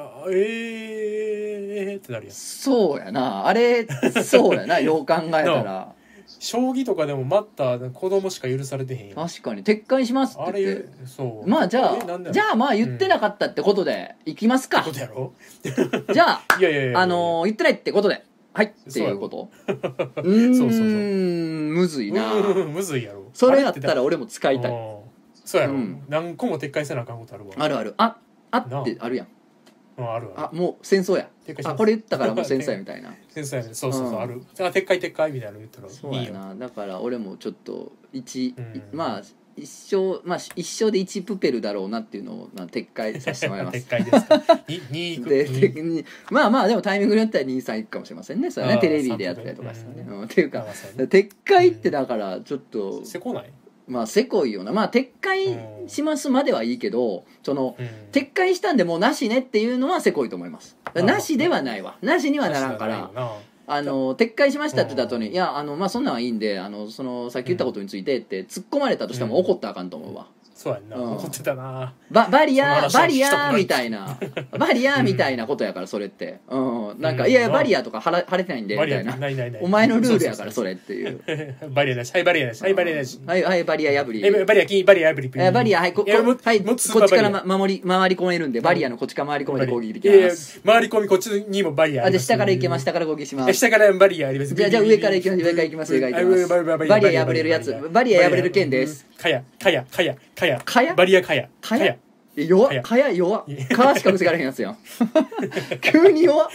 なるやん。 そうやなあれそうやなよう考えたら将棋とかでも待った子供しか許されてへんやん。 確かに撤回しますってあ言ってれそうまあじゃなんであじゃあまあ言ってなかったってことでいきますか、 ことやろ。 じゃあいやいやいやいや言ってないってことではいっていうことそうそうそうむずいなむずいやろ。 それやったら俺も使いたいそうやろ、 うん何個も撤回せなあかんことあるわ。 あるあるあってあるやんあるある。 もう戦争や撤回しますこれ言ったからもう戦争やみたいな先生やね。そうそうそう、 うんある。撤回撤回みたいなの言ったらそういいよ。 やなだから俺もちょっと1、 うんまあ一生で1プペルだろうなっていうのを撤回させてもらいます撤回ですか。2いく。 でまあまあでもタイミングによっては23いくかもしれませんねそれはねテレビでやったりとかしてね、っていうか撤回ってだからちょっとせこない。 まあせこいよなまあ撤回しますまではいいけどその撤回したんでもうなしねっていうのはせこいと思いますなしではないわなしにはならんから撤回しましたって言った後に「いやまあそんなんはいいんでそのさっき言ったことについて」って突っ込まれたとしても怒ったらあかんと思うわ、 そうやんな、怒ってたな。 バリアみたいなバリアみたいなことやからそれって、なんかいやバリアとか晴れてないんでみたいなお前のルールやからそれっていうバリアなし、はいバリアなし、はいバリアなし、 はいバリア破りバリア金バリア破りバリアはいこっちから回り込めるんでバリアのこっちから回り込めて攻撃できます。 回り込みこっちにもバリアあります。 じゃあ下から行けます下から攻撃します。 下からバリアあります。 じゃあ上から行きます上から行きますバリア破れるやつバリア破れる剣です。 かやバリアかや弱っかや弱っかしか防がれへんやつやん急に弱っ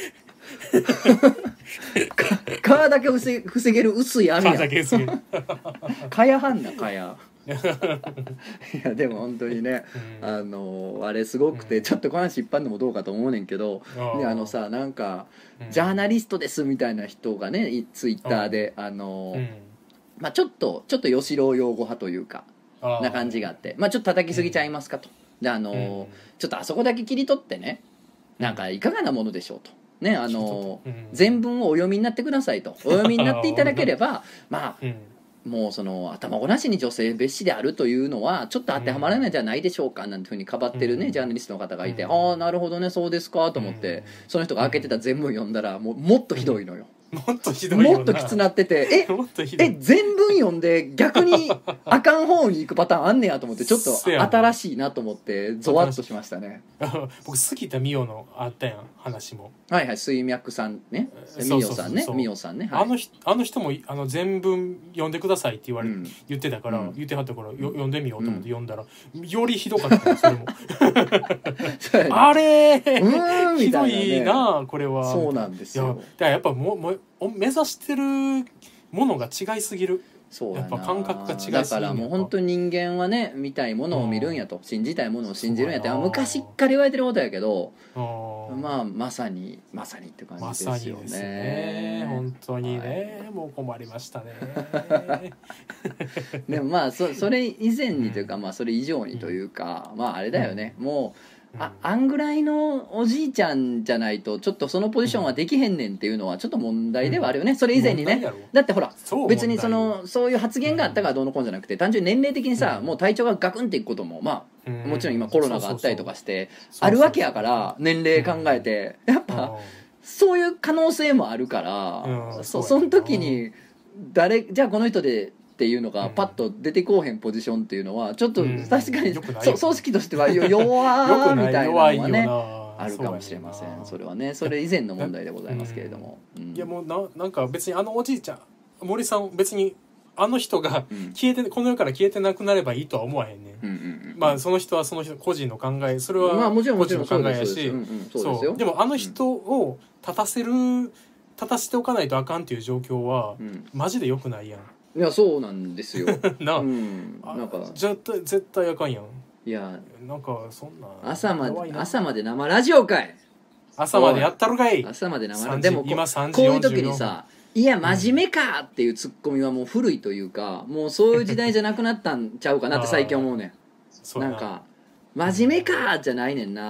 かだけ防げる薄い網やんかやはんなかやいやでも本当にね、あれすごくてちょっとこの話一般でもどうかと思うねんけど、ね、さなんかジャーナリストですみたいな人がねツイッターでまあ、ちょっと吉郎擁護派というかな感じがあって、まあ、ちょっと叩きすぎちゃいますかとでちょっとあそこだけ切り取ってねなんかいかがなものでしょうと。ね、全文をお読みになってくださいとお読みになっていただければまあもうその頭ごなしに女性蔑視であるというのはちょっと当てはまらないんじゃないでしょうかなんていうふうにかばってるねジャーナリストの方がいてああなるほどねそうですかと思ってその人が開けてた全文読んだらもっとひどいのよ。 もっとひどいよな。 もっときつなってて全文読んで逆にあかん方に行くパターンあんねやと思ってちょっと新しいなと思ってゾワッとしましたね。 僕杉田美代のあったやん話もはい水脈さんね美代さんね美代さんね、はい、 あの人も全文読んでくださいって言ってたから、言ってはったから読んでみようと思って読んだら、よりひどかったそれもあれひどいなこれは。 そうなんですよ。 だからやっぱ目指してるものが違いすぎる。 そうやっぱ感覚が違いすぎる。 だからもう本当に人間はね見たいものを見るんやと信じたいものを信じるんやって昔から言われてることやけどまあまさにって感じですよね。 まさにですね本当にね、はい、もう困りましたねでもまあそれ以前にというか、まあそれ以上にというか、まああれだよね、もうあんぐらいのおじいちゃんじゃないとちょっとそのポジションはできへんねんっていうのはちょっと問題ではあるよね、それ以前にね。だってほら別にそういう発言があったからどうのこうのじゃなくて単純に年齢的にさ、もう体調がガクンっていくこともまあもちろん今コロナがあったりとかしてあるわけやから年齢考えてやっぱそういう可能性もあるからその時にじゃあこの人でっていうのがパッと出てこうへんポジションっていうのはちょっと確かに組織としては弱みたいなのはねあるかもしれません。それはねそれ以前の問題でございますけれども、 いやもうなんか別におじいちゃん森さん別にあの人がこの世から消えてなくなればいいとは思わへんねん。まあその人はその人個人の考えそれは個人の考えやしでもあの人を立たせておかないとあかんっていう状況はマジで良くないやん。 いやそうなんですよなんか絶対あかんやん。 いやなんかそんな朝まで生ラジオかい朝までやったるかい朝まで生ラジオでもこういう時にさいや真面目かっていうツッコミはもう古いというかもうそういう時代じゃなくなったんちゃうかなって最近思うねんなんか真面目かじゃないねんな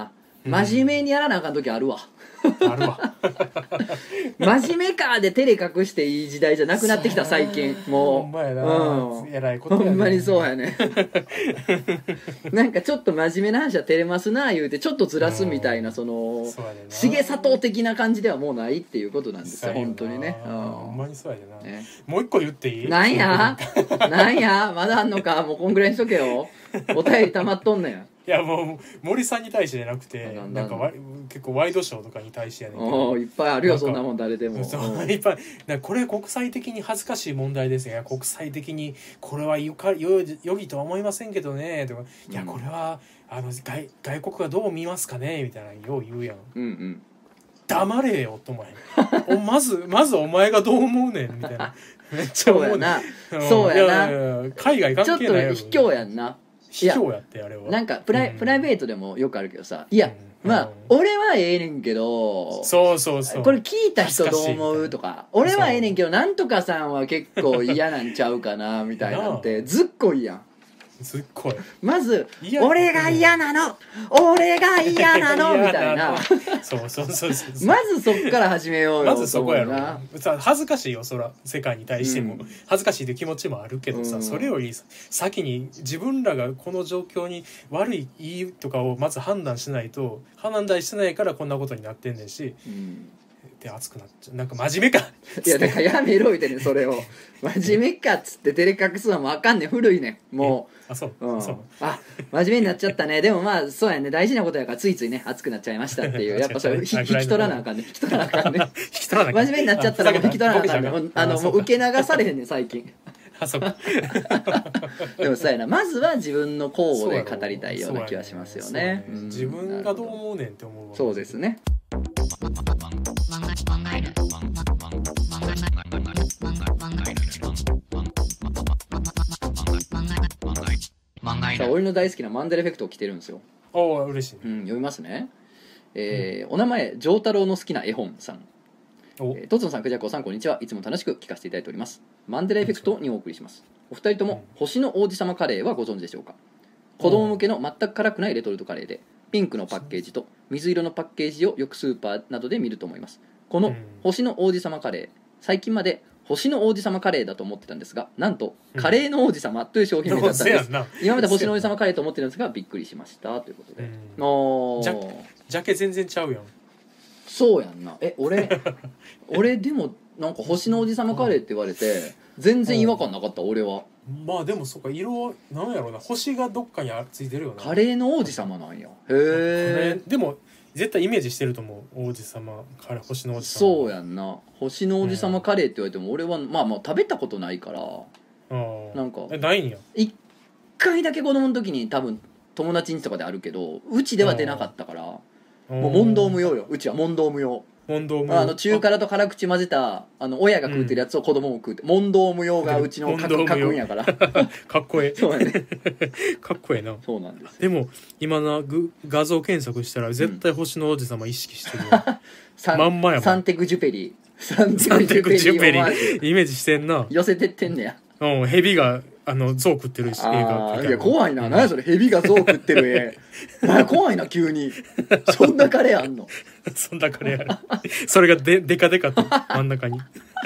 真面目にやらなあかん時あるわ。 あるわ真面目かで照れ隠していい時代じゃなくなってきた最近。もうほんまやな、えらいこほとやねんまにそうやねなんかちょっと真面目な話は照れますな言うてちょっとずらすみたいな、そのそうやねんな重里的な感じではもうないっていうことなんですよそうやな本当にね。 ほんまにそうやでな、 ね、 もう一個言っていい？ なんやなんやまだあんのか。もうこんぐらいにしとけよ。お便り溜まっとんねん。 いやもう森さんに対してじゃなくてなんか結構ワイドショーとかに対してやねんけど、 いっぱいあるよそんなもん誰でも。 そういっぱいなんかこれ国際的に恥ずかしい問題ですね、国際的にこれはよぎとは思いませんけどねとか、いやこれは外国がどう見ますかねみたいなのよう言うやん、 うんうん、 黙れよと思えまずお前がどう思うねんみたいなめっちゃ思うねん。 そうやな、 いや海外関係ないやろ。 ちょっと卑怯やんな。 卑怯やってあれはなんかプライベートでもよくあるけどさ、いや、まあ俺はええねんけど、 そうそうそう、 これ聞いた人どう思うとか、俺はええねんけどなんとかさんは結構嫌なんちゃうかなみたいなんてずっこいやん。 すっごいまず俺が嫌なの俺が嫌なのみたいなそうまずそっから始めようよ。 まずそこやろさ。恥ずかしいよそら世界に対しても、恥ずかしいって気持ちもあるけどさ、それより先に自分らがこの状況に悪いいいとかをまず判断しないと、判断してないからこんなことになってんねんし、で熱くなっちゃう。なんか真面目かいやだからやめろ言うてねそれを真面目かっつって照れ隠すのもあかんねん。古いねんもう。 そう、 あ真面目になっちゃったね。でもまあそうやね、大事なことやからついついね熱くなっちゃいましたっていうやっぱそれ引き取らなあかんねん。引き取らなあかんねん真面目になっちゃったらもう引き取らなあかんねん。もう受け流されへんねん最近そうかでもそうやな、まずは自分の口語で語りたいような気はしますよね。 自分がどう思うねんって思うわ。 そうですね。さあ俺の大好きなマンデラエフェクト来てるんですよ。 おお嬉しい、 読みますね。お名前丈太郎の好きな絵本さん。とつのさん、くじゃこさん、こんにちは。いつも楽しく聞かせていただいております。マンデラエフェクトにお送りします。お二人とも星の王子様カレーはご存知でしょうか。子供向けの全く辛くないレトルトカレーで、ピンクのパッケージと水色のパッケージをよくスーパーなどで見ると思います。この星の王子様カレー、最近まで星の王子様カレーだと思ってたんですが、なんとカレーの王子様という商品名だったんです。今まで星の王子様カレーと思ってたんですがびっくりしましたということで。 ジャケ全然ちゃうやん。 そうやんな。俺でもなんか星の王子様カレーって言われて全然違和感なかった俺は。 まあでもそうか、色はなんやろうな、星がどっかについてるよな。 カレーの王子様なんや。へえ。 でも絶対イメージしてると思う。王子様カレー、星の王子様。 そうやんな。星の王子様カレーって言われても俺はまあ食べたことないから、なんかないんや。 一回だけ子供の時に多分友達ん家とかであるけど、うちでは出なかったから、もう問答無用よ。うちは問答無用。中辛と辛口混ぜた親が食うてるやつを子供も食うて、問答無用がうちの家訓やからかっこええ。 そうやねかっこええな。 そうなんです。 でも今画像検索したら絶対星の王子様意識してるよまんまやもん。 サンテグジュペリーイメージしてんな。 寄せてってんねや。 蛇が象食ってるし、映画いや怖いな。何やそれ、蛇が象食ってる絵怖いな急に。そんなカレーあんのそんなカレーあるそれがでかでかと真ん中に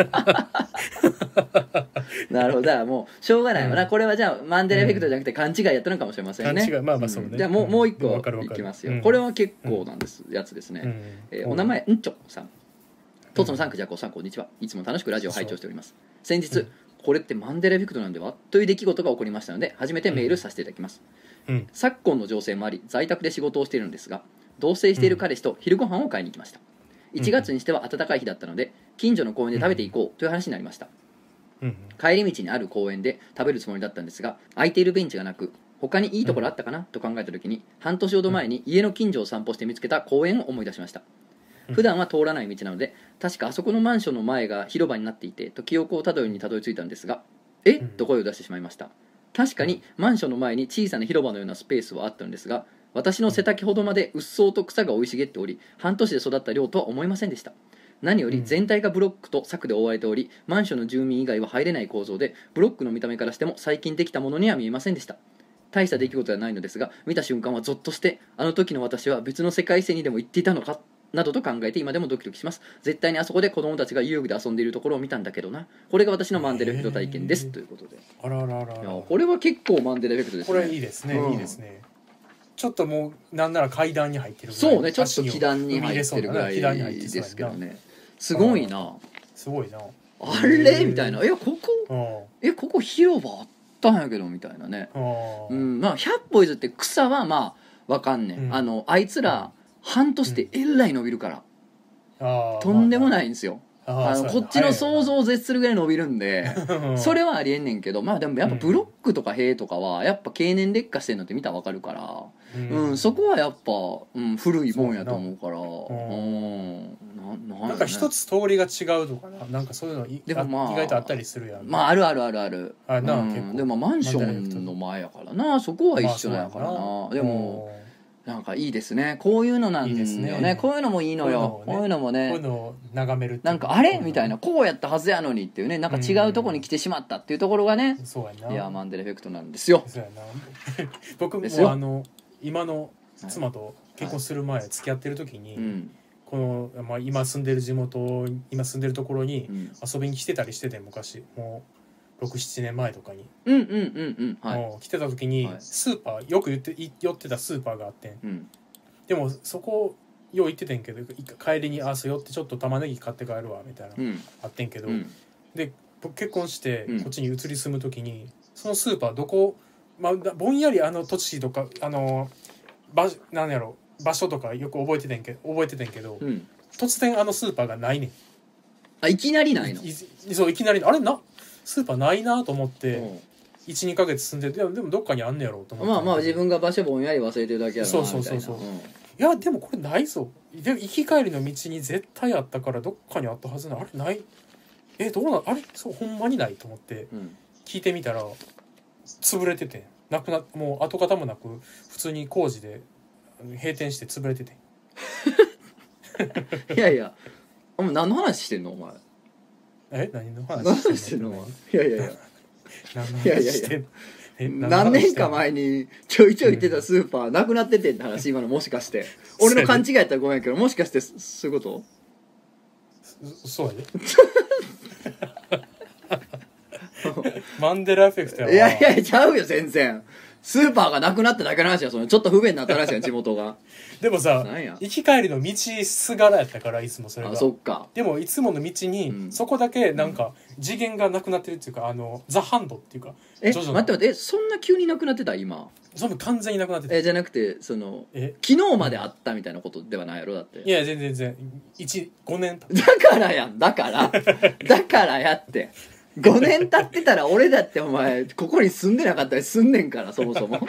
なるほど。だからもうしょうがないわな、これはじゃあマンデラエフェクトじゃなくて勘違いやったのかもしれませんね。 勘違い、まあまあそうね。 じゃあもう一個いきますよ。これは結構なんです、やつですね。お名前んちょさん。とつのさん、くじゃこさん、こんにちは。いつも楽しくラジオを拝聴しております。先日、これってマンデラエフェクトなんではという出来事が起こりましたので初めてメールさせていただきます。昨今の情勢もあり在宅で仕事をしているのですが、同棲している彼氏と昼ご飯を買いに行きました。1月にしては暖かい日だったので近所の公園で食べていこうという話になりました。帰り道にある公園で食べるつもりだったんですが、空いているベンチがなく他にいいところあったかなと考えた時に、半年ほど前に家の近所を散歩して見つけた公園を思い出しました。普段は通らない道なので、確かあそこのマンションの前が広場になっていてと記憶をたどりにたどり着いたんですが、と声を出してしまいました。確かにマンションの前に小さな広場のようなスペースはあったのですが、私の背丈ほどまでうっそうと草が生い茂っており、半年で育った量とは思いませんでした。何より全体がブロックと柵で覆われており、マンションの住民以外は入れない構造で、ブロックの見た目からしても最近できたものには見えませんでした。 大した出来事ではないのですが、見た瞬間はゾッとして、あの時の私は別の世界線にでも行っていたのかなどと考えて今でもドキドキします。絶対にあそこで子供たちが遊具で遊んでいるところを見たんだけどな。これが私のマンデラエフェクト体験です、ということで。 あらららら。 これは結構マンデラエフェクトですね。 これいいですね、いいですね。ちょっともうなんなら階段に入ってるぐらい。 そうね、ちょっと気段に入ってるぐらいですけどね。すごいな。 すごいな。 あれみたいな。ここ広場あったんやけどみたいなね。まあ100歩譲って草はまあわかんねん。あいつら半年でえらい伸びるから、とんでもないんですよ。こっちの想像を絶するぐらい伸びるんで、それはありえんねんけど、まあでもやっぱブロックとか塀とかはやっぱ経年劣化してんのって見たらわかるから、そこはやっぱ、古いもんやと思うから、 なんか一つ通りが違うとかな、なんかそういうの意外とあったりするやん。 まああるあるあるある。でもマンションの前やからな、そこは一緒やからな。でもなんかいいですね、こういうのなんよね。こういうのもいいのよ。こういうのもね、 こういうのを眺める、 なんかあれみたいな、こうやったはずやのにっていうね、なんか違うところに来てしまったっていうところがね、いやマンデラエフェクトなんですよ。 僕も今の妻と結婚する前付き合ってる時に、この今住んでる地元、今住んでるところに遊びに来てたりしてて、昔もう6、7年前とかに来てた時に、スーパーよく寄ってたスーパーがあってん、でもそこよう行っててんけど、帰りにそう寄ってちょっと玉ねぎ買って帰るわみたいな、あってんけど、で僕結婚してこっちに移り住む時に、そのスーパーどこ、ぼんやり土地とかなんやろ場所とかよく覚えててんけど、突然スーパーがないねん。 いきなりないの？ そういきなり、あれスーパーないなと思って、1、2ヶ月住んでて、でもどっかにあんねやろうと思って、 まあ自分が場所ぼんやり忘れてるだけやろなみたいな。 そう、いやでもこれないぞ、で行き帰りの道に絶対あったからどっかにあったはずな、あれない、どうなん、あれそうほんまにないと思って聞いてみたら、潰れてて、なくな、もう跡形もなく普通に工事で閉店して潰れてていやいや、お前何の話してんのお前。 何の話してんの？ いや何の話してんの？何年か前にちょいちょい行ってたスーパーなくなっててって話、今のもしかして俺の勘違いやったらごめんけど、もしかしてそういうこと？ そうやでマンデラエフェクトやわ。 いやちゃうよ、全然スーパーがなくなっただけの話や。そのちょっと不便になった話や、地元が。 でもさ、行き帰りの道すがらやったから、いつもそれが。 そっか。 でもいつもの道に、そこだけなんか次元がなくなってるっていうか、ザ・ハンドっていうか、 待って、そんな急になくなってた今？ それも完全になくなってた。 じゃなくて昨日まであったみたいなことではないやろ？だって。 いや全然5年だからやん、だからやって5年経ってたら俺だってお前ここに住んでなかったりすんねんから、そもそも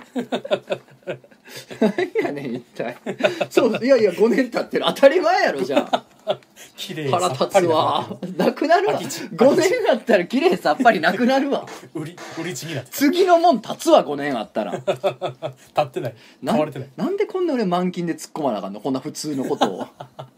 何やねん一体。そういや5年経ってる、当たり前やろ。じゃあ腹立つわ、なくなるわ。5年あったら綺麗さっぱりなくなるわ。 売り地になって、 次のもん立つわ。5年あったら立ってない、買われてない。 なんでこんな俺満勤で突っ込まなあかんの、こんな普通のことを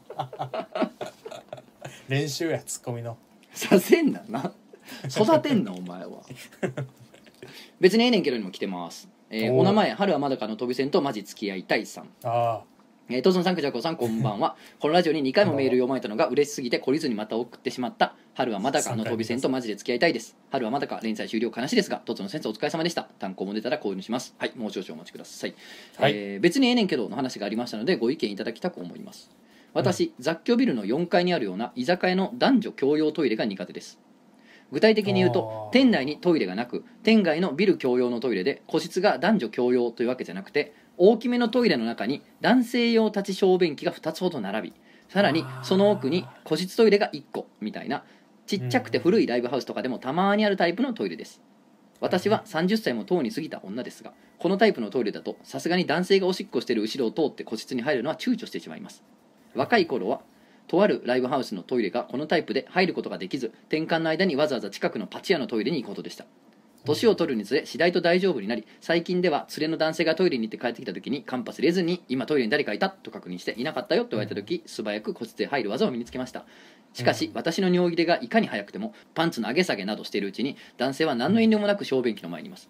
練習や、ツッコミの。 させんな育てんなお前は。別にええねんけどにも来てます。お名前春はまだかの飛び線とマジ付き合いたいさん。トゾンさん、クジャコさん、こんばんは。このラジオに2回もメール読まれたのが嬉しすぎて懲りずにまた送ってしまった春はまだかの飛び線とマジで付き合いたいです。春はまだか連載終了悲しいですが、トゾン先生お疲れ様でした。単行も出たら購入します。はい、もう少々お待ちください。別にええねんけどの話がありましたのでご意見いただきたく思います。私、雑居ビルの4階にあるような居酒屋の男女共用トイレが苦手です。具体的に言うと、店内にトイレがなく、店外のビル共用のトイレで個室が男女共用というわけじゃなくて、大きめのトイレの中に男性用立ち小便器が2つほど並び、さらにその奥に個室トイレが1個みたいな、ちっちゃくて古いライブハウスとかでもたまにあるタイプのトイレです。私は30歳もとうに過ぎた女ですが、このタイプのトイレだとさすがに男性がおしっこしている後ろを通って個室に入るのは躊躇してしまいます。若い頃はとあるライブハウスのトイレがこのタイプで入ることができず、転換の間にわざわざ近くのパチ屋のトイレに行くことでした。年を取るにつれ次第と大丈夫になり、最近では連れの男性がトイレに行って帰ってきた時に間髪入れずに今トイレに誰かいたと確認して、いなかったよと言われた時、素早く個室へ入る技を身につけました。しかし私の尿切れがいかに早くてもパンツの上げ下げなどしているうちに、男性は何の遠慮もなく小便器の前にいます。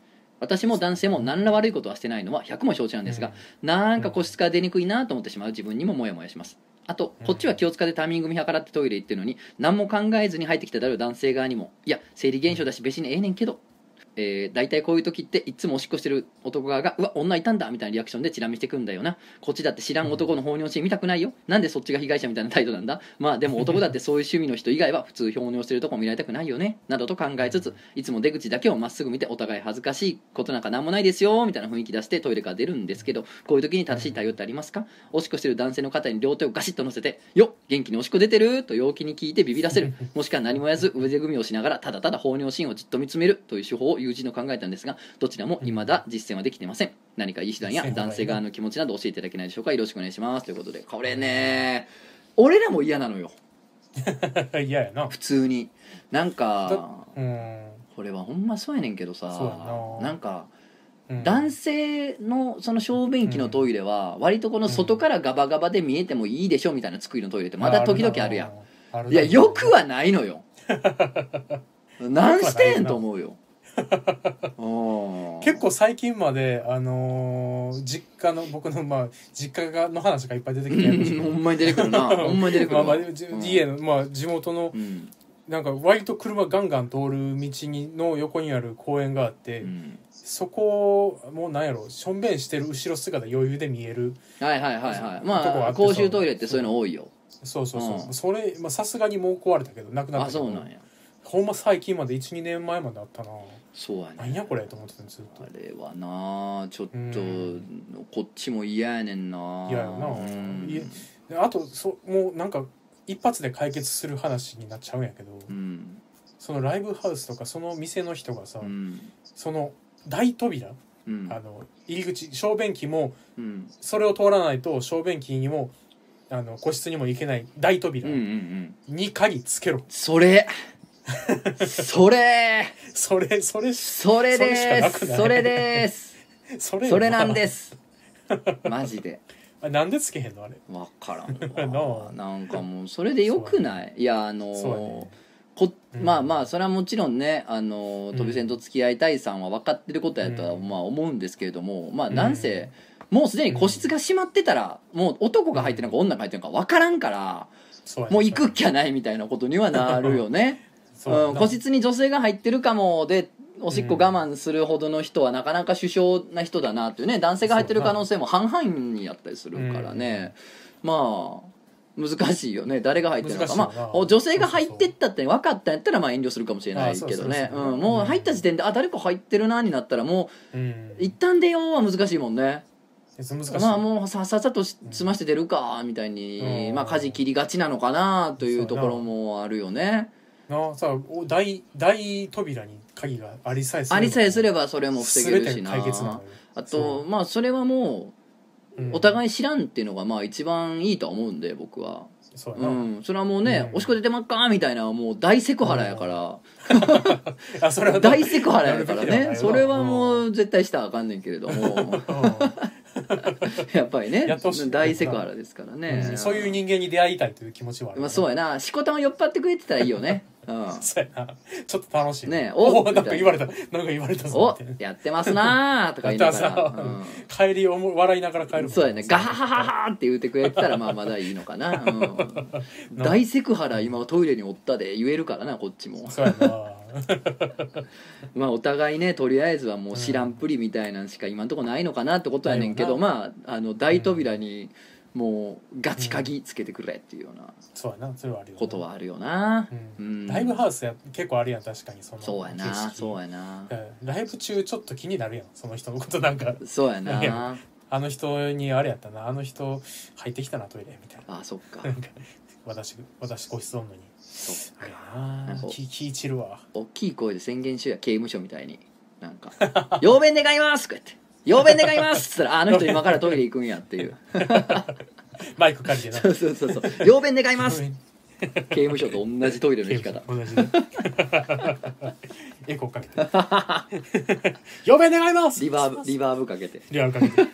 私も男性も何ら悪いことはしてないのは100も承知なんですが、なんか個室から出にくいなと思ってしまう自分にもモヤモヤします。あとこっちは気を使ってタイミング見計らってトイレ行ってるのに何も考えずに入ってきただろう男性側にも、いや生理現象だし別にええねんけど、大体こういう時っていつもおしっこしてる男側がうわ女いたんだみたいなリアクションでチラ見してくんだよな。こっちだって知らん男の放尿シーン見たくないよ。なんでそっちが被害者みたいな態度なんだ。まあでも男だってそういう趣味の人以外は普通放尿してるとこ見られたくないよねなどと考えつつ、いつも出口だけをまっすぐ見てお互い恥ずかしいことなんかなんもないですよみたいな雰囲気出してトイレから出るんですけど、こういう時に正しい対応ってありますか。おしっこしてる男性の肩に両手をガシッと乗せてよ元気におしっこ出てると陽気に聞いてビビらせる、もしくは何もやず腕組みをしながらただただ放尿シーンをじっと見つめるという手法を友人の考えたんですが、どちらも未だ実践はできていません。何かいい手段や男性側の気持ちなど教えていただけないでしょうか。よろしくお願いしますということで、これね俺らも嫌なのよ嫌やな普通に。なんかこれはほんまそうやねんけどさ、なんか男性のその小便器のトイレは割とこの外からガバガバで見えてもいいでしょみたいな作りのトイレってまだ時々あるやん。いやよくはないのよ何してんと思うよ結構最近まで実家の僕の実家の話がいっぱい出てきてほんまに出てくるなほんまに出てくる家の地元のなんか割と車ガンガン通る道の横にある公園があって、そこもうなんやろしょんべんしてる後ろ姿余裕で見える。 はいはいはいはい。まあ公衆トイレってそういうの多いよ。 そうそうそう、それさすがにもう壊れたけどなくなったけど。あ、そうなんや。ほんま最近まで 1,2 年前まであったな。そうやね。何やこれと思ってたんですずっと。 あれはなちょっとこっちも嫌やねんな。嫌やな。あともうなんか一発で解決する話になっちゃうんやけど、そのライブハウスとかその店の人がさ、その大扉、入り口小便器も、それを通らないと小便器にも個室にも行けない大扉に鍵つけろ。それそれなんですマジで。なんでつけへんのあれ。 分からんわなんかもうそれでよくない。いやまあまあそれはもちろんね飛び線と付き合いたいさんは分かってることやとはまあ思うんですけれども、まあなんせもうすでに個室が閉まってたらもう男が入ってるのか女が入ってるのか分からんからもう行くっきゃないみたいなことにはなるよね。個室に女性が入ってるかもでおしっこ我慢するほどの人はなかなか殊勝な人だなっていうね。男性が入ってる可能性も半々にやったりするからね、まあ難しいよね誰が入ってるのか。まあ女性が入ってったって分かったんやったらまあ遠慮するかもしれないけどね。もう入った時点で誰か入ってるなになったらもう一旦出ようは難しいもんね。まあもうさっさと済まして出るかみたいにまあ舵切りがちなのかなというところもあるよね。 さ大扉に鍵がありさえすればそれも防げるしな。あとまあそれはもうお互い知らんっていうのがまあ一番いいとは思うんで僕は。それはもうねおしっこ出てまっかみたいなもう大セクハラやから大セクハラやからね。それはもう絶対したらあかんねんけれどもやっぱりね大セクハラですからね。 そういう人間に出会いたいという気持ちはある。 まあそうやな。しこたま酔っ払ってくれてたらいいよね。 そうやな。ちょっと楽しいね。 なんか言われたぞおやってますなーとか言いながら帰り笑いながら帰る。 そうやね。ガハハハハって言ってくれてたらまあまだいいのかな。大セクハラ今トイレにおったで言えるからなこっちも。そうやな。まあお互いねとりあえずはもう知らんぷりみたいなんしか今んとこないのかなってことやねんけど、まあ大扉にもうガチ鍵つけてくれっていうようなことはあるよな。 ライブハウス結構あるやん確かに。 そうやなそうやな。 ライブ中ちょっと気になるやんその人のことなんか。 そうやな。 あの人にあれやったなあの人入ってきたなトイレみたいな。 あそっか。 私個室おんのに。 そっか。 気散るわ。 大きい声で宣言しようや刑務所みたいになんか「用便願います!」とか言って「用便願います!」っつったら「あの人今からトイレ行くんや」っていうマイク借りてな。 そう「用便願います!」刑務所と同じトイレの行き方。 同じエコーかけて「用便願います!」 リバーブかけても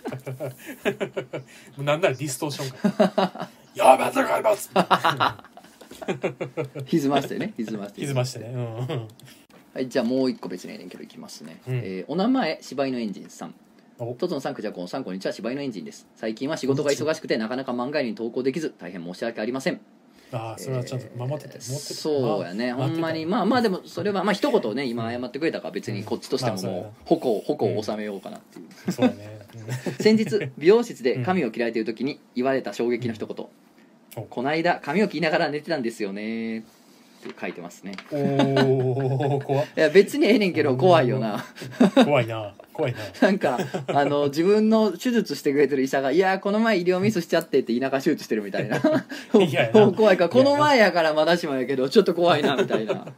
うなんならディストーションか「用便願います!」 歪ましてね。 歪ましてね。 ははい、じゃあもう一個別にええねんけどいきますね、お名前柴犬エンジンさん。とつのさん、くじゃこんさん、こんにちは。柴犬エンジンです。最近は仕事が忙しくてなかなか漫画に投稿できず大変申し訳ありません。 ああ、それはちゃんと守ってて、 そうやね、ほんまにまあでもそれはまあ一言ね今謝ってくれたから別にこっちとしてももう矛を収めようかなっていう、 そうね、 先日美容室で髪を切られている時に言われた衝撃の一言、こないだ髪を切りながら寝てたんですよねって書いてますね。 おお、怖っ。 いや別にええねんけど怖いよな。 怖いな。 なんか自分の手術してくれてる医者が「いやこの前医療ミスしちゃって」って田舎手術してるみたいな怖いからこの前やからまだしもやけどちょっと怖いなみたいな。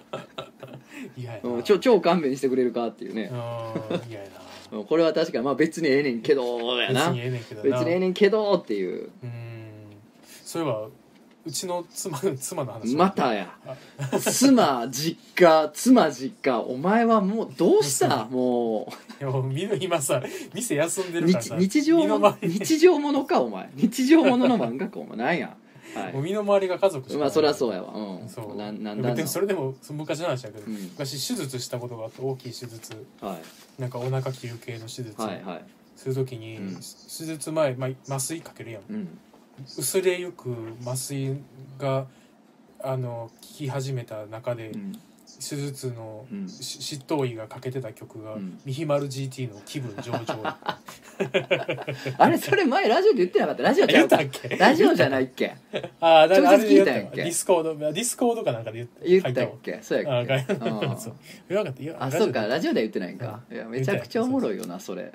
超勘弁してくれるかっていうね。これは確かにまあ別にええねんけどやな。別にええねんけどっていう。 そういえばうちの妻の話またや妻実家お前はもうどうしたもう。いや今さ店休んでるからさ日常ものかお前日常ものの漫画かお前なんや、 はい、もう身の回りが家族しかない。 まあそりゃそうやわ、 そうなんだでもそれでも昔の話だけど、昔手術したことがあって大きい手術、なんかお腹切る系の手術、するときに、手術前、麻酔かけるやん、薄れゆく麻酔が効き始めた中で、手術の執刀医がかけてた曲が、ミヒマル GT の気分上々 あれそれ前ラジオで言ってなかった？ラジオちゃうか？ラジオじゃないっけ？ ああ、 直接聞いたんやっけ？ ディスコードかなんかで言ったっけ？そうやっけ？ あ、 そうか、ラジオでは言ってないんか。いやめちゃくちゃおもろいよなそれ。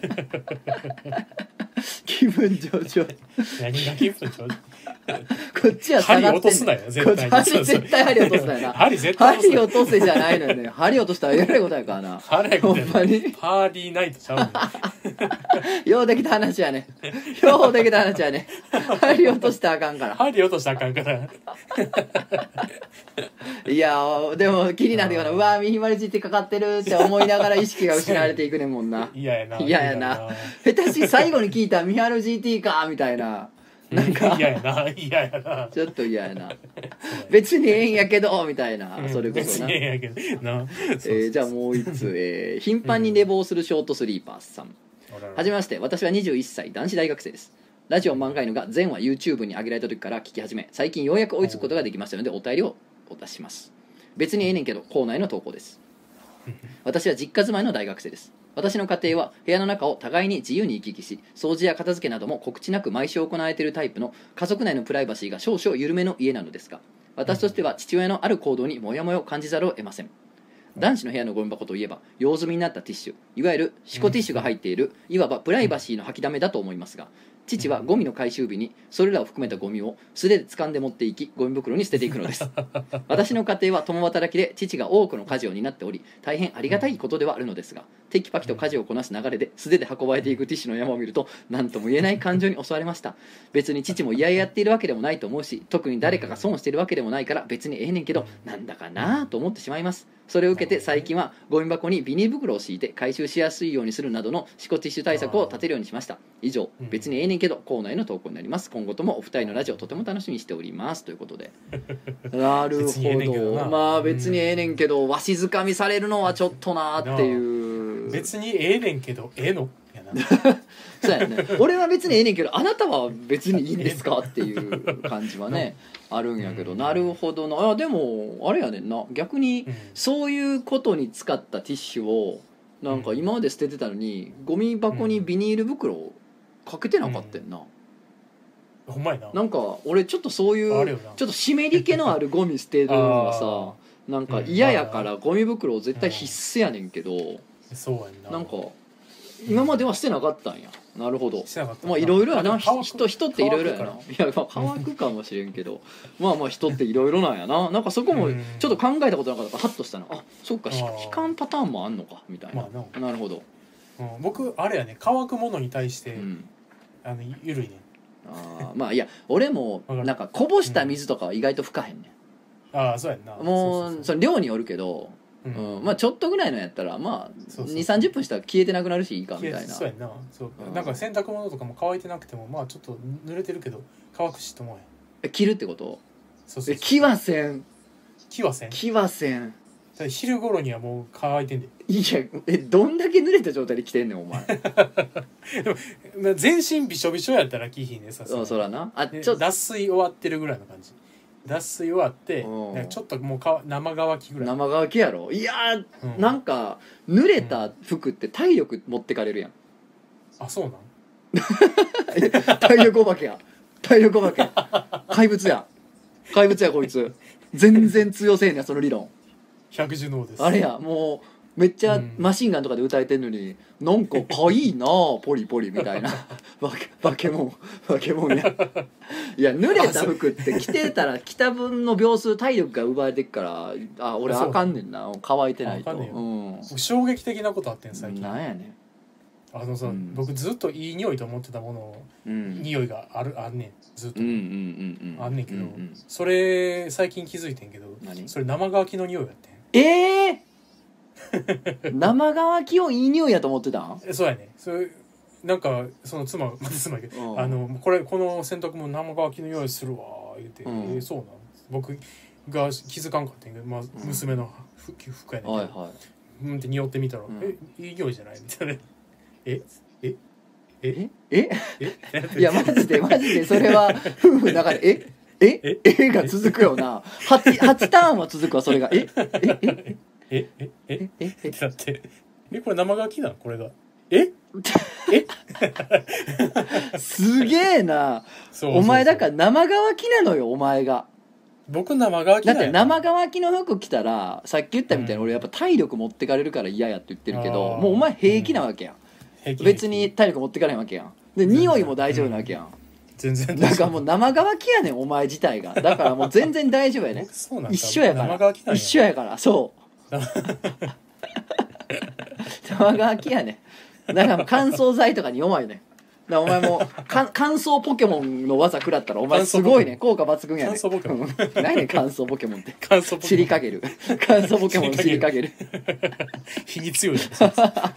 気分上々。 何が気分上々？ こっちは下がってんねん。 針落とすなよ絶対。 絶対針落とすなよな。針落とせじゃないのよね。針落としたらやらいことやからな。ほんまに。 パーティーナイトちゃうねん。ようできた話やね。針落としたらあかんから。いやでも気になるような、うわミヒマル GT かかってるって思いながら意識が失われていくねんもんな。 嫌やな。 下手し最後に聞いたミヒマル GT かみたいな。なんか嫌やな。 ちょっと嫌やな。別にええんやけどみたいな、それこそな。 別にええんやけどな。 じゃあもう一つ、頻繁に寝坊するショートスリーパーさん。はじめまして、私は21歳男子大学生です。ラジオ漫画犬が前話 YouTube に上げられた時から聞き始め、最近ようやく追いつくことができましたのでお便りをお出します。別にええねんけど校内の投稿です。私は実家住まいの大学生です。私の家庭は部屋の中を互いに自由に行き来し、掃除や片付けなども告知なく毎週行われているタイプの家族内のプライバシーが少々緩めの家なのですが、私としては父親のある行動にモヤモヤを感じざるを得ません。男子の部屋のゴミ箱といえば用済みになったティッシュ、いわゆるシコティッシュが入っている、いわばプライバシーの吐きだめだと思いますが、父はゴミの回収日にそれらを含めたゴミを素手で掴んで持っていきゴミ袋に捨てていくのです。私の家庭は共働きで父が多くの家事を担っており大変ありがたいことではあるのですが、テキパキと家事をこなす流れで素手で運ばれていくティッシュの山を見ると何とも言えない感情に襲われました。別に父も嫌々やっているわけでもないと思うし、特に誰かが損しているわけでもないから別にええねんけど、なんだかなと思ってしまいます。それを受けて最近はゴミ箱にビニール袋を敷いて回収しやすいようにするなどのシコティッシュ対策を立てるようにしました。以上、別にええねんけど校内の投稿になります。今後ともお二人のラジオとても楽しみにしておりますということで。なるほど。まあ別にええねんけどわしづかみされるのはちょっとなっていう。 別にええねんけどええのやな。 そうやね。俺は別にええねんけどあなたは別にいいんですかっていう感じはねあるんやけど、なるほどな。でもあれやねんな、逆にそういうことに使ったティッシュをなんか今まで捨ててたのにゴミ箱にビニール袋をかけてなかったんな。 ほんまやな。 なんか俺ちょっとそういうちょっと湿り気のあるゴミ捨てるのがさなんか嫌やからゴミ袋絶対必須やねんけど、 そうやんな。 なんか今までは捨てなかったんや。なるほど。まあいいろいろやな。人っていろいろやな。いやまあ乾くかもしれんけど、まあ人っていろいろなんやな。なんかそこもちょっと考えたことなかったからハッとしたな。あ、そっか、悲観パターンもあんのかみたいな。なるほど。 僕あれやね、乾くものに対して緩いね。 まあいや俺もなんかこぼした水とかは意外と吹かへんねん。ああそうやんな。 もうその量によるけど。まあちょっとぐらいのやったらまあ2,30 分したら消えてなくなるしいいかみたいな。 そうやんな。なんか洗濯物とかも乾いてなくてもまあちょっと濡れてるけど乾くしと思え。 着るってこと？ そう。 着はせん。 着はせん。 着はせん。 昼頃にはもう乾いてんで。 いやどんだけ濡れた状態で着てんねんお前でも全身びしょびしょやったら着ひんねさすがに。 そらなあちょっと脱水終わってるぐらいの感じ。脱水終わってなんかちょっともう生乾きぐらい。 生乾きやろ。いやうんなんか濡れた服って体力持ってかれるやん。 あ、そうなん体力お化けや体力お化け怪物やこいつ。全然通用せえねんその理論。 百獣の王です。 あれやもうめっちゃマシンガンとかで歌えてんのに、なんかかいいなあポリポリみたいなバケモンや。いや濡れた服って着てたら着た分の秒数体力が奪われてっから、俺あかんねんな乾いてないと。 あかんねんよ衝撃的なことあってん最近。 なんやねん。 僕ずっといい匂いと思ってたもの、匂いがあんねんずっと、あんねんけど、それ最近気づいてんけど、それ生乾きの匂いやってん。 生乾きをいい匂いやと思ってたん？ そうやね。それなんかその妻やけど、この洗濯物生乾きの匂いするわ言うて、そうなん僕が気づかんかったんやけど、娘の服やねんけど、って匂ってみたら、いい匂いじゃないみたいな。いやマジでそれは夫婦の中でが続くよな。8ターンは続くわそれが。 だってこれ生乾きなのこれがすげえな。お前だから生乾きなのよお前が。 僕生乾きだって生乾きの服着たらさっき言ったみたいに俺やっぱ体力持ってかれるから嫌やって言ってるけど、もうお前平気なわけやん。別に体力持ってかれへんわけやん。で匂いも大丈夫なわけやん。 全然だからもう生乾きやねんお前自体が。だからもう全然大丈夫やねん。一緒やからそう生乾きやねん。だからもう乾燥剤とかに弱いねん。だからお前も乾燥ポケモンの技食らったらお前すごいね効果抜群やねん。 乾燥ポケモン何ね乾燥ポケモンって。 乾燥ポケモン知りかける乾燥ポケモン知りかける火に強いじゃん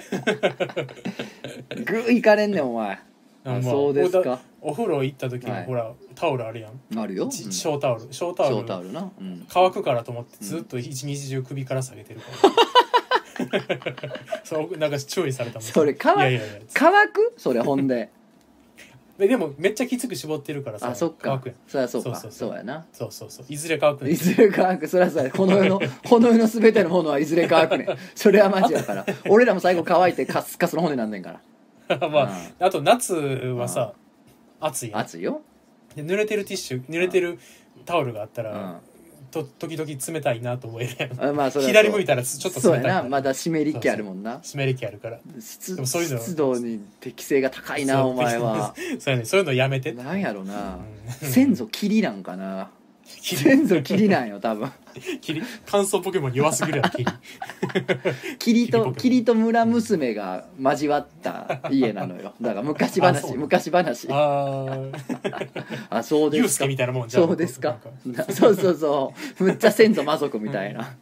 グーいかれんねんお前。そうですか。 お風呂行った時にほらタオルあるやん。 あるよ。 小タオルな。乾くからと思ってずっと一日中首から下げてるからそうなんか注意されたもん。 それ乾くそれほんででもめっちゃきつく絞ってるからさ。 そっか乾くやん。 そりゃそうか。そうやな。 そういずれ乾くねん。 いずれ乾く。そりゃそうや。この世の全てのものはいずれ乾くねん。それはマジやから俺らも最後乾いてカスカスの骨なんねんからあと夏はさ暑いやん。 暑いよ。 で濡れてるタオルがあったら時々冷たいなと思えるやん。左向いたらちょっと冷たい。そうやな。まだ湿り気あるもんな。湿り気あるから。湿度に適性が高いなお前は。 そういうのやめて。 なんやろな。先祖霧なんかな。先祖霧なんよ多分。 乾燥ポケモン弱すぎるやん霧と村娘が交わった家なのよ。だから昔話。あそうですか。 ユウスケみたいなもんじゃん。 そうですか。そうむっちゃ先祖魔族みたいな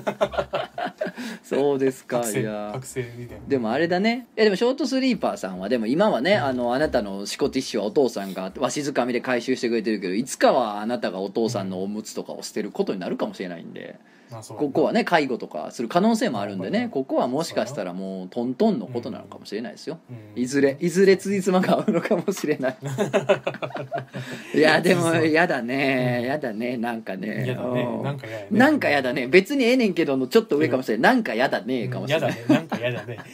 そうですか。いやでもあれだね。でもショートスリーパーさんはでも今はね、あなたのシコティッシュはお父さんがわしづかみで回収してくれてるけど、いつかはあなたがお父さんのおむつとかを捨てることになるかもしれないんで、ここはね介護とかする可能性もあるんでね、ここはもしかしたらもうトントンのことなのかもしれないですよ。いずれ辻褄が合うのかもしれないいやでもやだねなんかねなんかやだね。別にええねんけどのちょっと上かもしれない。なんかやだねかもしれない。 なんかやだね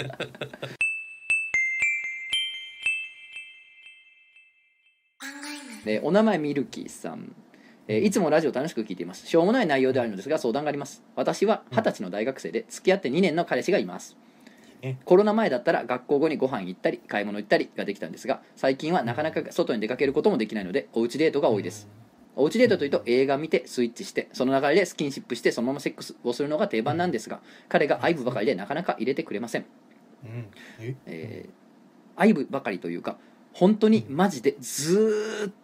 お名前ミルキーさん。いつもラジオ楽しく聞いています。しょうもない内容であるのですが相談があります。私は20歳の大学生で付き合って2年の彼氏がいます。コロナ前だったら学校後にご飯行ったり買い物行ったりができたんですが、最近はなかなか外に出かけることもできないのでおうちデートが多いです。おうちデートというと映画見てスイッチしてその流れでスキンシップしてそのままセックスをするのが定番なんですが、彼が愛撫ばかりでなかなか入れてくれません。愛撫ばかりというか本当にマジでずーっ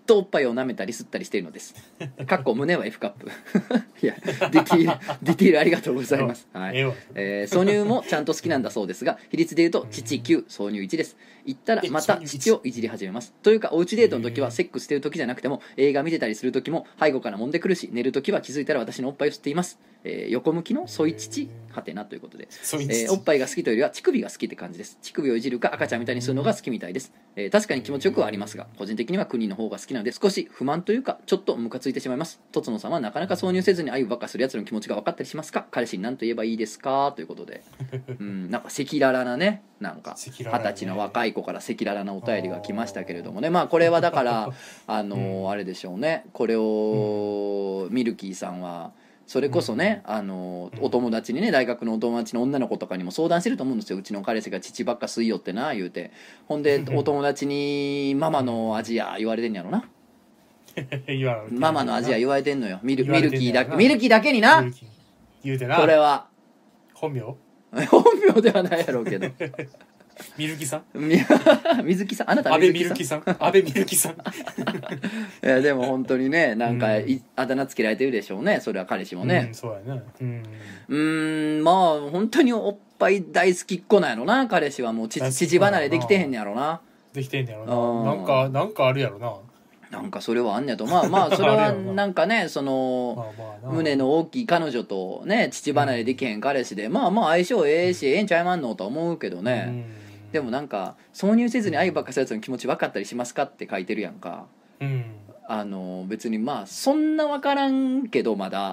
とおっぱいを舐めたり吸ったりしているのですかっこ胸は F カップいやディティールありがとうございます、はい挿入もちゃんと好きなんだそうですが比率でいうと父9挿入1です。言ったらまた父をいじり始めます。というかおうちデートの時はセックスしてる時じゃなくても映画見てたりする時も背後から揉んでくるし、寝る時は気づいたら私のおっぱいを吸っています。横向きのソイ父はてなということで、おっぱいが好きというよりは乳首が好きって感じです。乳首をいじるか赤ちゃんみたいにするのが好きみたいです。確かに気持ちよくはありますが個人的には国の方が好きなので少し不満というかちょっとムカついてしまいます。とつのさんはなかなか挿入せずに愛をばっかするやつの気持ちが分かったりしますか？彼氏に何と言えばいいですか？ということでなんか赤裸々なね、なんか20歳の若い子から赤裸々なお便りが来ましたけれどもね、まあこれはだからあれでしょうね、これをミルキーさんはそれこそね、お友達にね、大学のお友達の女の子とかにも相談してると思うんですよ。うちの彼氏が乳ばっか吸いよってな言うて、ほんでお友達にママの味や言われてんやろなママの味や言われてんのよ。ミルキーだけにな言うてな。 これは本名本名ではないやろうけど水木さん水木さん、あなた安倍ミルキさん安倍ミルキさんいやでも本当にね、なんか、あだ名つけられてるでしょうね、それは彼氏もね。 そうやね。 まあ本当におっぱい大好きっ子なんやろな、彼氏は。もう父離れできてへんやろな。 できてんやろな。なんかあるやろな。 なんかそれはあんねやと。まあそれはなんかね、その胸の大きい彼女とね、父離れできへん彼氏で、まあ相性ええしええんちゃいまんのとは思うけどね。でもなんか挿入せずに愛ばっかするやつの気持ち分かったりしますかって書いてるやんか。別にまあそんな分からんけど、まだ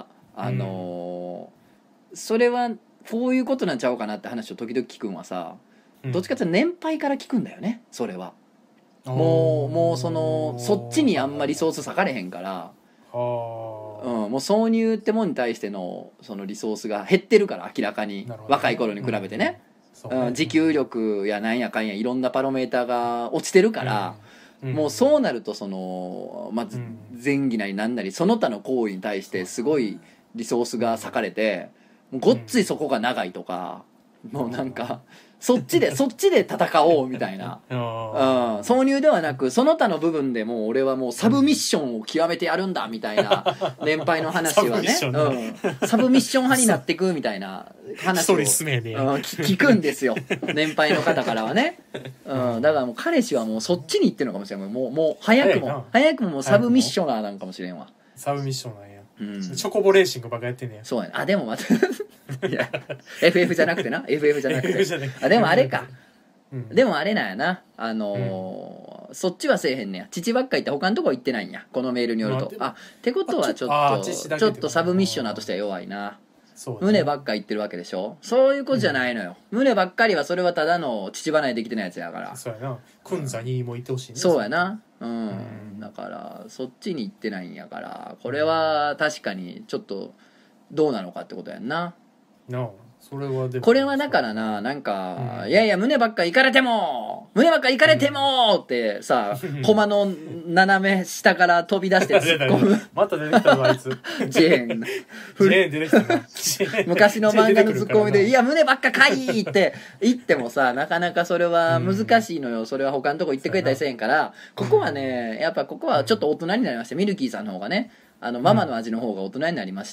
それはこういうことなんちゃうかなって話を時々聞くんはさ、どっちかっていうと年配から聞くんだよね、それは。もうそっちにあんまりリソース割かれへんから、もう挿入ってもんに対してのそのリソースが減ってるから、明らかに若い頃に比べてね。持久力やなんやかんやいろんなパロメーターが落ちてるから、もうそうなるとそのまず前儀なりなんなりその他の行為に対してすごいリソースが割かれて、もうごっついそこが長いとか、もうなんかそっちで戦おうみたいな、挿入ではなくその他の部分でもう俺はもうサブミッションを極めてやるんだみたいな年配の話はね、サブミッション派になってくみたいな話を聞くんですよ、年配の方からはね。だからもう彼氏はもうそっちに行ってるのかもしれない。もう早くももうサブミッショナーなんかもしれんわ。 サブミッショナーや、チョコボレーシングばっかやってんねや。 そうやね。でもまたいや FF じゃなくてな FF じゃなくてでもあれか、でもあれなんやな、そっちはせえへんねや。父ばっか言って他のとこ行ってないんや、このメールによると。ってことはちょっとサブミッショナーとしては弱いな。胸ばっか言ってるわけでしょ。そういうことじゃないのよ、胸ばっかりはそれはただの父離れできてないやつやから。 そうやな、君座にもいてほしいね。 そうやな、だからそっちに行ってないんやから、これは確かにちょっとどうなのかってことやんな。 それはでもこれはだからなんか、いやいや胸ばっかいかれてもってさ、コマの斜め下から飛び出して突っ込むまた出てきたぞあいつジェーン出てきたな昔の漫画のツッコミでいや胸ばっかかいって言ってもさ、なかなかそれは難しいのよ。それは他のとこ行ってくれたりせえへんから、ここはね、やっぱここはちょっと大人になりまして、ミルキーさんの方がね、ママの味の方が大人になりまして、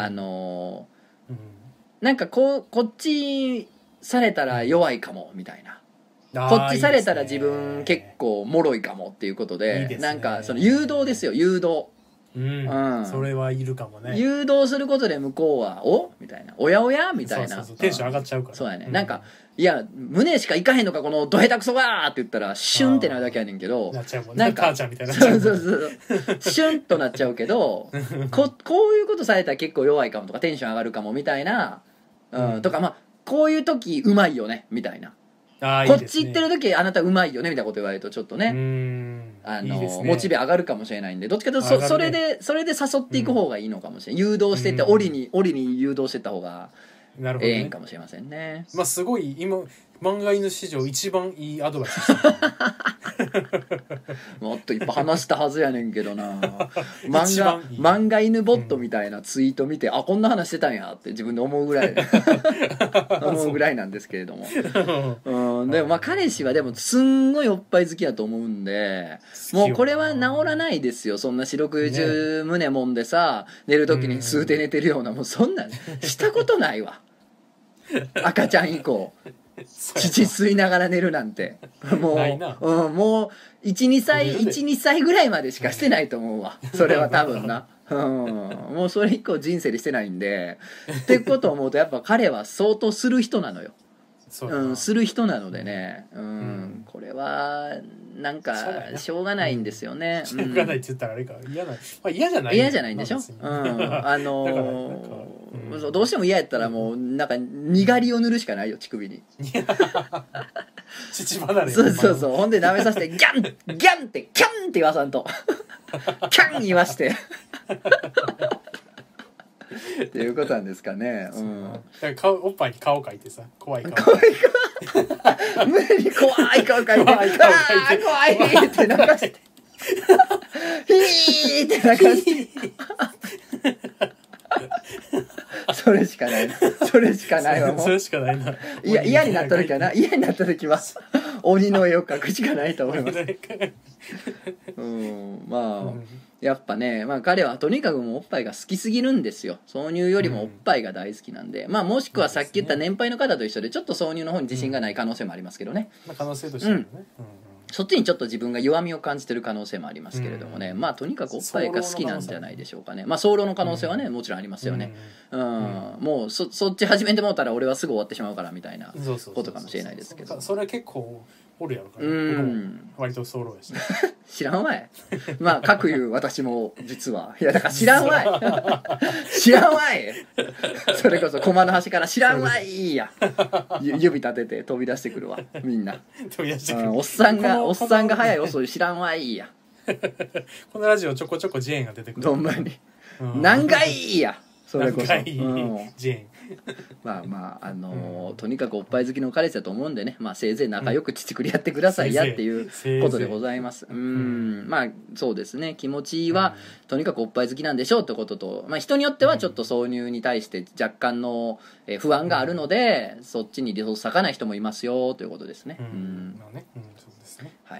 なんかこっちされたら弱いかもみたいな、こっちされたら自分結構脆いかもっていうことで、なんかその誘導ですよ、誘導。 それはいるかもね。 誘導することで向こうはおみたいな、おやおやみたいな、 テンション上がっちゃうから。 そうやね、なんかいや胸しかいかへんのかこのドヘタクソがーって言ったらシュンってなるだけやねんけど、 なんか母ちゃんみたいな、 そうシュンとなっちゃうけどこういうことされたら結構弱いかもとかテンション上がるかもみたいな、とか、まあこういう時うまいよねみたいな、こっち行ってる時あなたうまいよねみたいなこと言われるとちょっとね、モチベ上がるかもしれないんで、どっちかというとそれで誘っていく方がいいのかもしれない。誘導してって折に誘導してった方がええんかもしれませんね。 まあすごい今漫画犬史上一番いいアドバイスしたもっといっぱい話したはずやねんけどな漫画犬ボットみたいなツイート見て、あこんな話してたんやって自分で思うぐらい思うぐらいなんですけれどもでもまあ彼氏はでもすんごいおっぱい好きだと思うんで、もうこれは治らないですよ。そんな四六時中胸もんでさ、寝る時に吸うて寝てるような、もうそんなんしたことないわ赤ちゃん以降乳吸いながら寝るなんてもう、もう 1,2 歳ぐらいまでしかしてないと思うわそれは多分なもうそれ以降人生でしてないんでってことを思うとやっぱ彼は相当する人なのよ。する人なのでね、これはなんかしょうがないんですよね。 しょうがないって言ったらあれか、嫌じゃないんでしょ。どうしても嫌やったらもうなんかにがりを塗るしかないよ乳首に。 乳離れ。 そうほんで舐めさせてギャンってキャンって言わさんとキャン言わしてっていうことなんですかね。 おっぱいに顔描いてさ、怖い顔胸に怖い顔描いて怖いって流してヒーって流してそれしかないわもう。 それしかないな。 嫌になった時は鬼の絵を描くしかないと思いますまあやっぱね、まあ彼はとにかくもうおっぱいが好きすぎるんですよ。挿入よりもおっぱいが大好きなんで、まあもしくはさっき言った年配の方と一緒でちょっと挿入の方に自信がない可能性もありますけどね。 可能性としてはね。 そっちにちょっと自分が弱みを感じてる可能性もありますけれどもね、まあとにかくおっぱいが好きなんじゃないでしょうかね。まあ早漏の可能性はね、もちろんありますよね。もうそっち始めてもうたら俺はすぐ終わってしまうからみたいなことかもしれないですけど、 それは結構おるやろから、割と早漏やし知らんわい。まあ各言う私も実はいやだから知らんわいそれこそ駒の端から知らんわいや指立てて飛び出してくるわみんな飛び出してくる。おっさんが早い遅い知らんわいやこのラジオちょこちょこジェーンが出てくる。 どんまに何回いやそれこそジェーンまあとにかくおっぱい好きの彼氏だと思うんでね、まあせいぜい仲良く乳くりやってくださいやっていうことでございます。まあそうですね、気持ちはとにかくおっぱい好きなんでしょうってことと、まあ人によってはちょっと挿入に対して若干の不安があるので、そっちにリソース割かない人もいますよということですね。はい、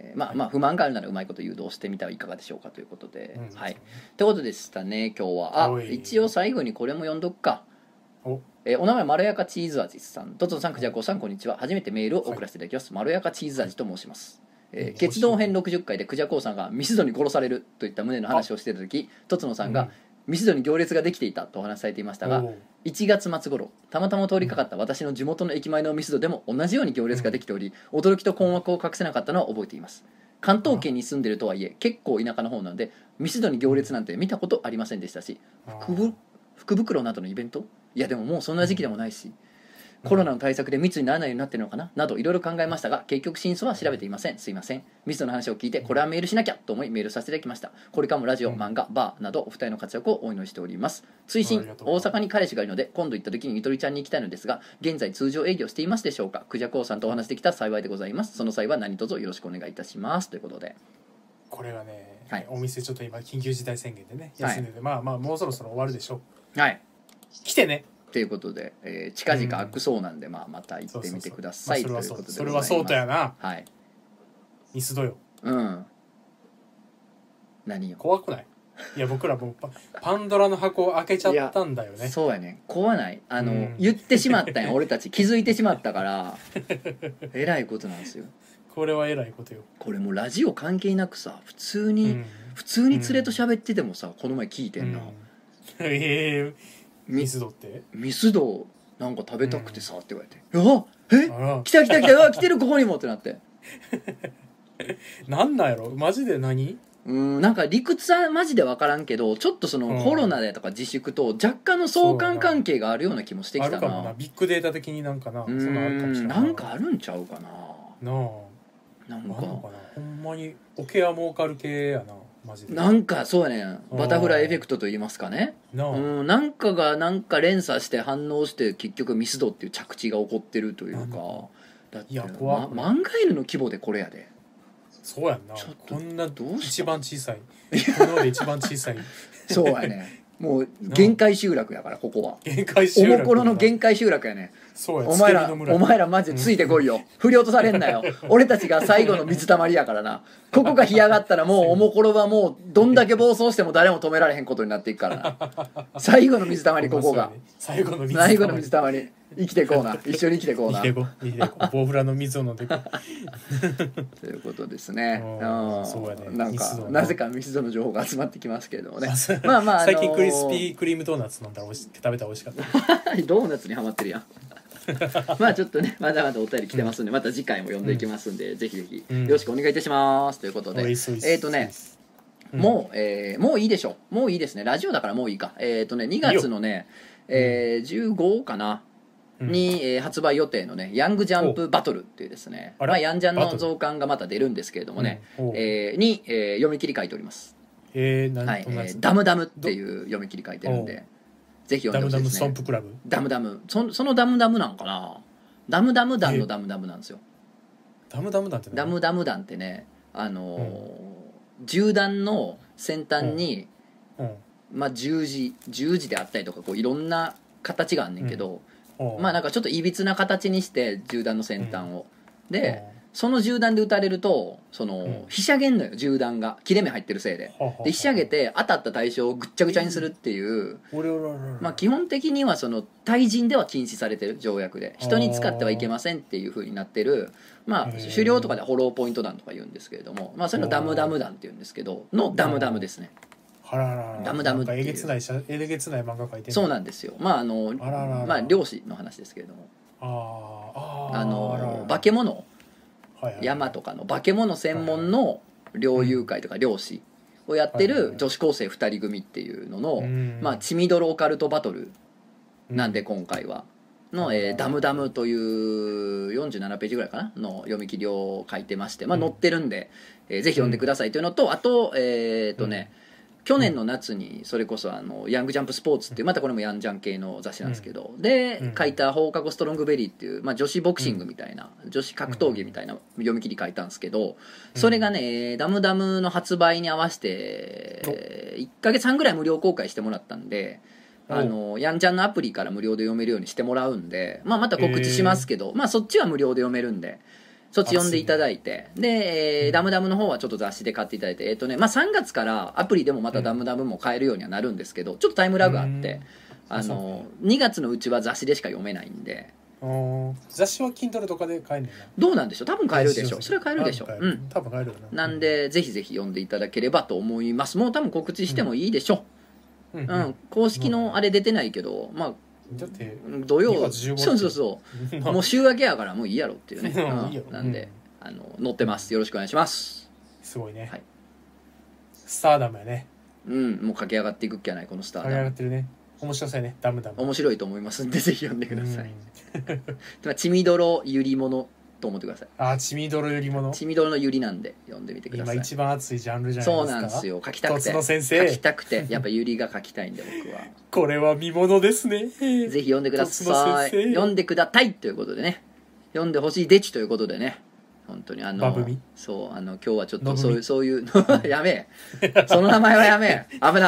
まあ不満があるならうまいこと誘導してみてはいかがでしょうかということで、はいってことでしたね今日は。一応最後にこれも読んどくか。お名前まろやかチーズ味さん、とつのさん、くじゃこさん、こんにちは。初めてメールを送らせていただきます。まろやかチーズ味と申します。決闘編60回でくじゃこさんがミスドに殺されるといった旨の話をしていた時、とつのさんが、ミスドに行列ができていたとお話しされていましたが、1月末頃たまたま通りかかった私の地元の駅前のミスドでも同じように行列ができており、驚きと困惑を隠せなかったのは覚えています。関東圏に住んでるとはいえ結構田舎の方なのでミスドに行列なんて見たことありませんでしたし、福袋などのイベント、いやでももうそんな時期でもないし、コロナの対策で密にならないようになってるのかななどいろいろ考えましたが、結局真相は調べていません。すいません。ミスドの話を聞いてこれはメールしなきゃと思いメールさせていただきました。これからもラジオ、漫画、バーなどお二人の活躍をお祈りしております。追伸、大阪に彼氏がいるので今度行った時にゆとりちゃんに行きたいのですが、現在通常営業していますでしょうか。クジャコウさんとお話できたら幸いでございます。その際は何卒よろしくお願いいたしますということで、 これがね、お店ちょっと今緊急事態宣言でね休んでて、まあもうそろそろ終わるでしょう。来てねということで、近々開くそうなんで、また行ってみてくださいということでございます。 それはそうだよな。ミスドよ。 何よ。 怖くない？いや僕らもパンドラの箱を開けちゃったんだよね。 そうやね。怖ない。言ってしまったんや俺たち気づいてしまったからえらいことなんですよ。 これはえらいことよ。 これもうラジオ関係なくさ、普通に連れと喋っててもさ、この前聞いてんな。 ミスドってミスドなんか食べたくてさって言われて、来た来てるここにもってなってなんなんやろマジで何なんか理屈はマジで分からんけど、ちょっとそのコロナでとか自粛と若干の相関関係があるような気もしてきたな。 あるかもな。ビッグデータ的になんかな、そんなあるかもしれない。 なんかあるんちゃうかな。なんかほんまにオケア儲かる系やなマジで。 なんかそうやね、バタフライエフェクトと言いますかね。なんかがなんか連鎖して反応して結局ミスドっていう着地が起こってるというか。だって漫画犬の規模でこれやで。 そうやんな。 ちょっとこんなどうした一番小さいこの世で一番小さいそうやね。もう限界集落やからここは。 限界集お落もころの限界集落やね。 そうやお前らつけみの村お前らマジでついてこいよ。振り落とされんなよ。俺たちが最後の水たまりやからな。ここが干上がったらもうおもころはもうどんだけ暴走しても誰も止められへんことになっていくからな。最後の水たまりここが。 最後の水最後の水たまり。生きてこうな。一緒に生きてこうな。 生きてこうボウフラの水を飲んでこうということですね。 そうやね。 なんかなぜかミスドの情報が集まってきますけれどもね。 まあまあ最近クリスピークリームドーナツ飲んだら食べたら美味しかった。 ドーナツにハマってるやん。まあちょっとねまだまだお便り来てますんで、また次回も読んでいきますんで、ぜひぜひよろしくお願いいたしますということで、もういいでしょう。もういいですね。ラジオだからもういいか。2月のね15かなに発売予定のねヤングジャンプバトルっていうですね、まあヤンジャンの増刊がまた出るんですけれどもね、に読み切り書いております。ダムダムっていう読み切り書いてるんで、ぜひ読んでほしいですね。 ダムダムストンプクラブ。 ダムダム、そのダムダムなんかな。ダムダム団のダムダムなんですよ。 ダムダム団ってダムダム団ってね、銃弾の先端に、まあ十字であったりとかこういろんな形があんねんけど、まあなんかちょっといびつな形にして銃弾の先端を、でその銃弾で撃たれるとひしゃげんのよ。銃弾が切れ目入ってるせいで、ひしゃげて当たった対象をぐっちゃぐちゃにするっていう、まあ基本的には対人では禁止されてる条約で、人に使ってはいけませんっていう風になってる、まあ狩猟とかではホローポイント弾とか言うんですけれども、まあそれのダムダム弾っていうんですけどのダムダムですね。ダムダムっていうえげつない漫画描いてる。そうなんですよ。まあまあ漁師の話ですけれども、化け物、山とかの化け物専門の猟友会とか漁師をやってる女子高生2人組っていうのの、まあ血みどろオカルトバトルなんで、今回はのダムダムという47ページぐらいかなの読み切りを書いてまして、まあ載ってるんでぜひ読んでくださいというのと、あと去年の夏にそれこそヤングジャンプスポーツっていう、またこれもヤンジャン系の雑誌なんですけど、で書いた放課後ストロングベリーっていう、まあ、女子ボクシングみたいな、女子格闘技みたいな読み切り書いたんですけど、それがねダムダムの発売に合わせて1ヶ月半ぐらい無料公開してもらったんで、ヤンジャンのアプリから無料で読めるようにしてもらうんで、まあ、また告知しますけど、まあ、そっちは無料で読めるんでそっち読んでいただいて、で、ダムダムの方はちょっと雑誌で買っていただいて、まあ3月からアプリでもまたダムダムも買えるようにはなるんですけど、ちょっとタイムラグあって、2月のうちは雑誌でしか読めないんで。 雑誌は Kindle とかで買えるんだな。 どうなんでしょう。多分買えるでしょう。それは買えるでしょう。 多分買えるな。なんでぜひぜひ読んでいただければと思います。もう多分告知してもいいでしょう。公式のあれ出てないけど、まあだって土曜、そうもう週明けやからもういいやろっていうね。なんで載ってます。よろしくお願いします。 すごいね。スターダムやね。 もう駆け上がっていくっきゃないこのスターダム。 駆け上がってるね。面白そうやね。ダムダム。 面白いと思いますんでぜひ読んでください。血みどろゆりものと思ってください。 血みどろゆりもの。 血みどろのゆりなんで読んでみてください。 今一番熱いジャンルじゃないですか。 そうなんですよ。書きたくて。 先生。 書きたくて、やっぱゆりが書きたいんで僕は。 これは見ものですね。 ぜひ読んでください。読んでくださいということでね。読んでほしいでちということでね。本当にそう今日はちょっとそういうやめその名前はやめ危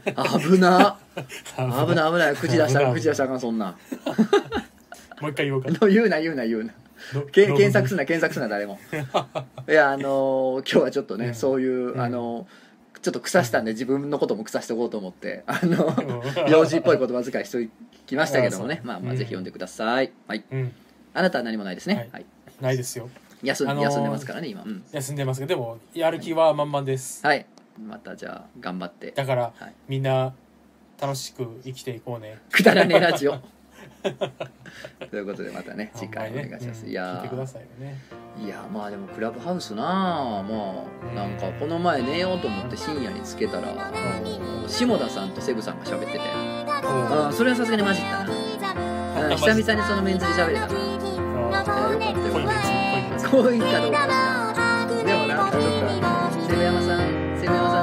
ない口出したらあかんそんなもう一回言おうか言うな検索すな誰もいや今日はちょっとねそういうちょっと腐したんで自分のことも腐しておこうと思って幼児っぽい言葉遣いしてきましたけどもね、まあぜひ読んでください。はい、あなたは何もないですね。はい、 ないですよ。 休んでますからね今。 休んでますけど、でもやる気は満々です。 はい、またじゃあ頑張って。 だからみんな楽しく生きていこうね。 くだらねえラジオということでまたね次回お願いします。いや聞いてくださいよね。 いやまあでもクラブハウスなあ、まあなんかこの前寝ようと思って深夜につけたら下田さんとセブさんが喋ってて、それはさすがに混じったな。久々にそのメンズで喋れたな。よかったよ。濃いかどうかは知らん。でもなんかちょっとセブ山さん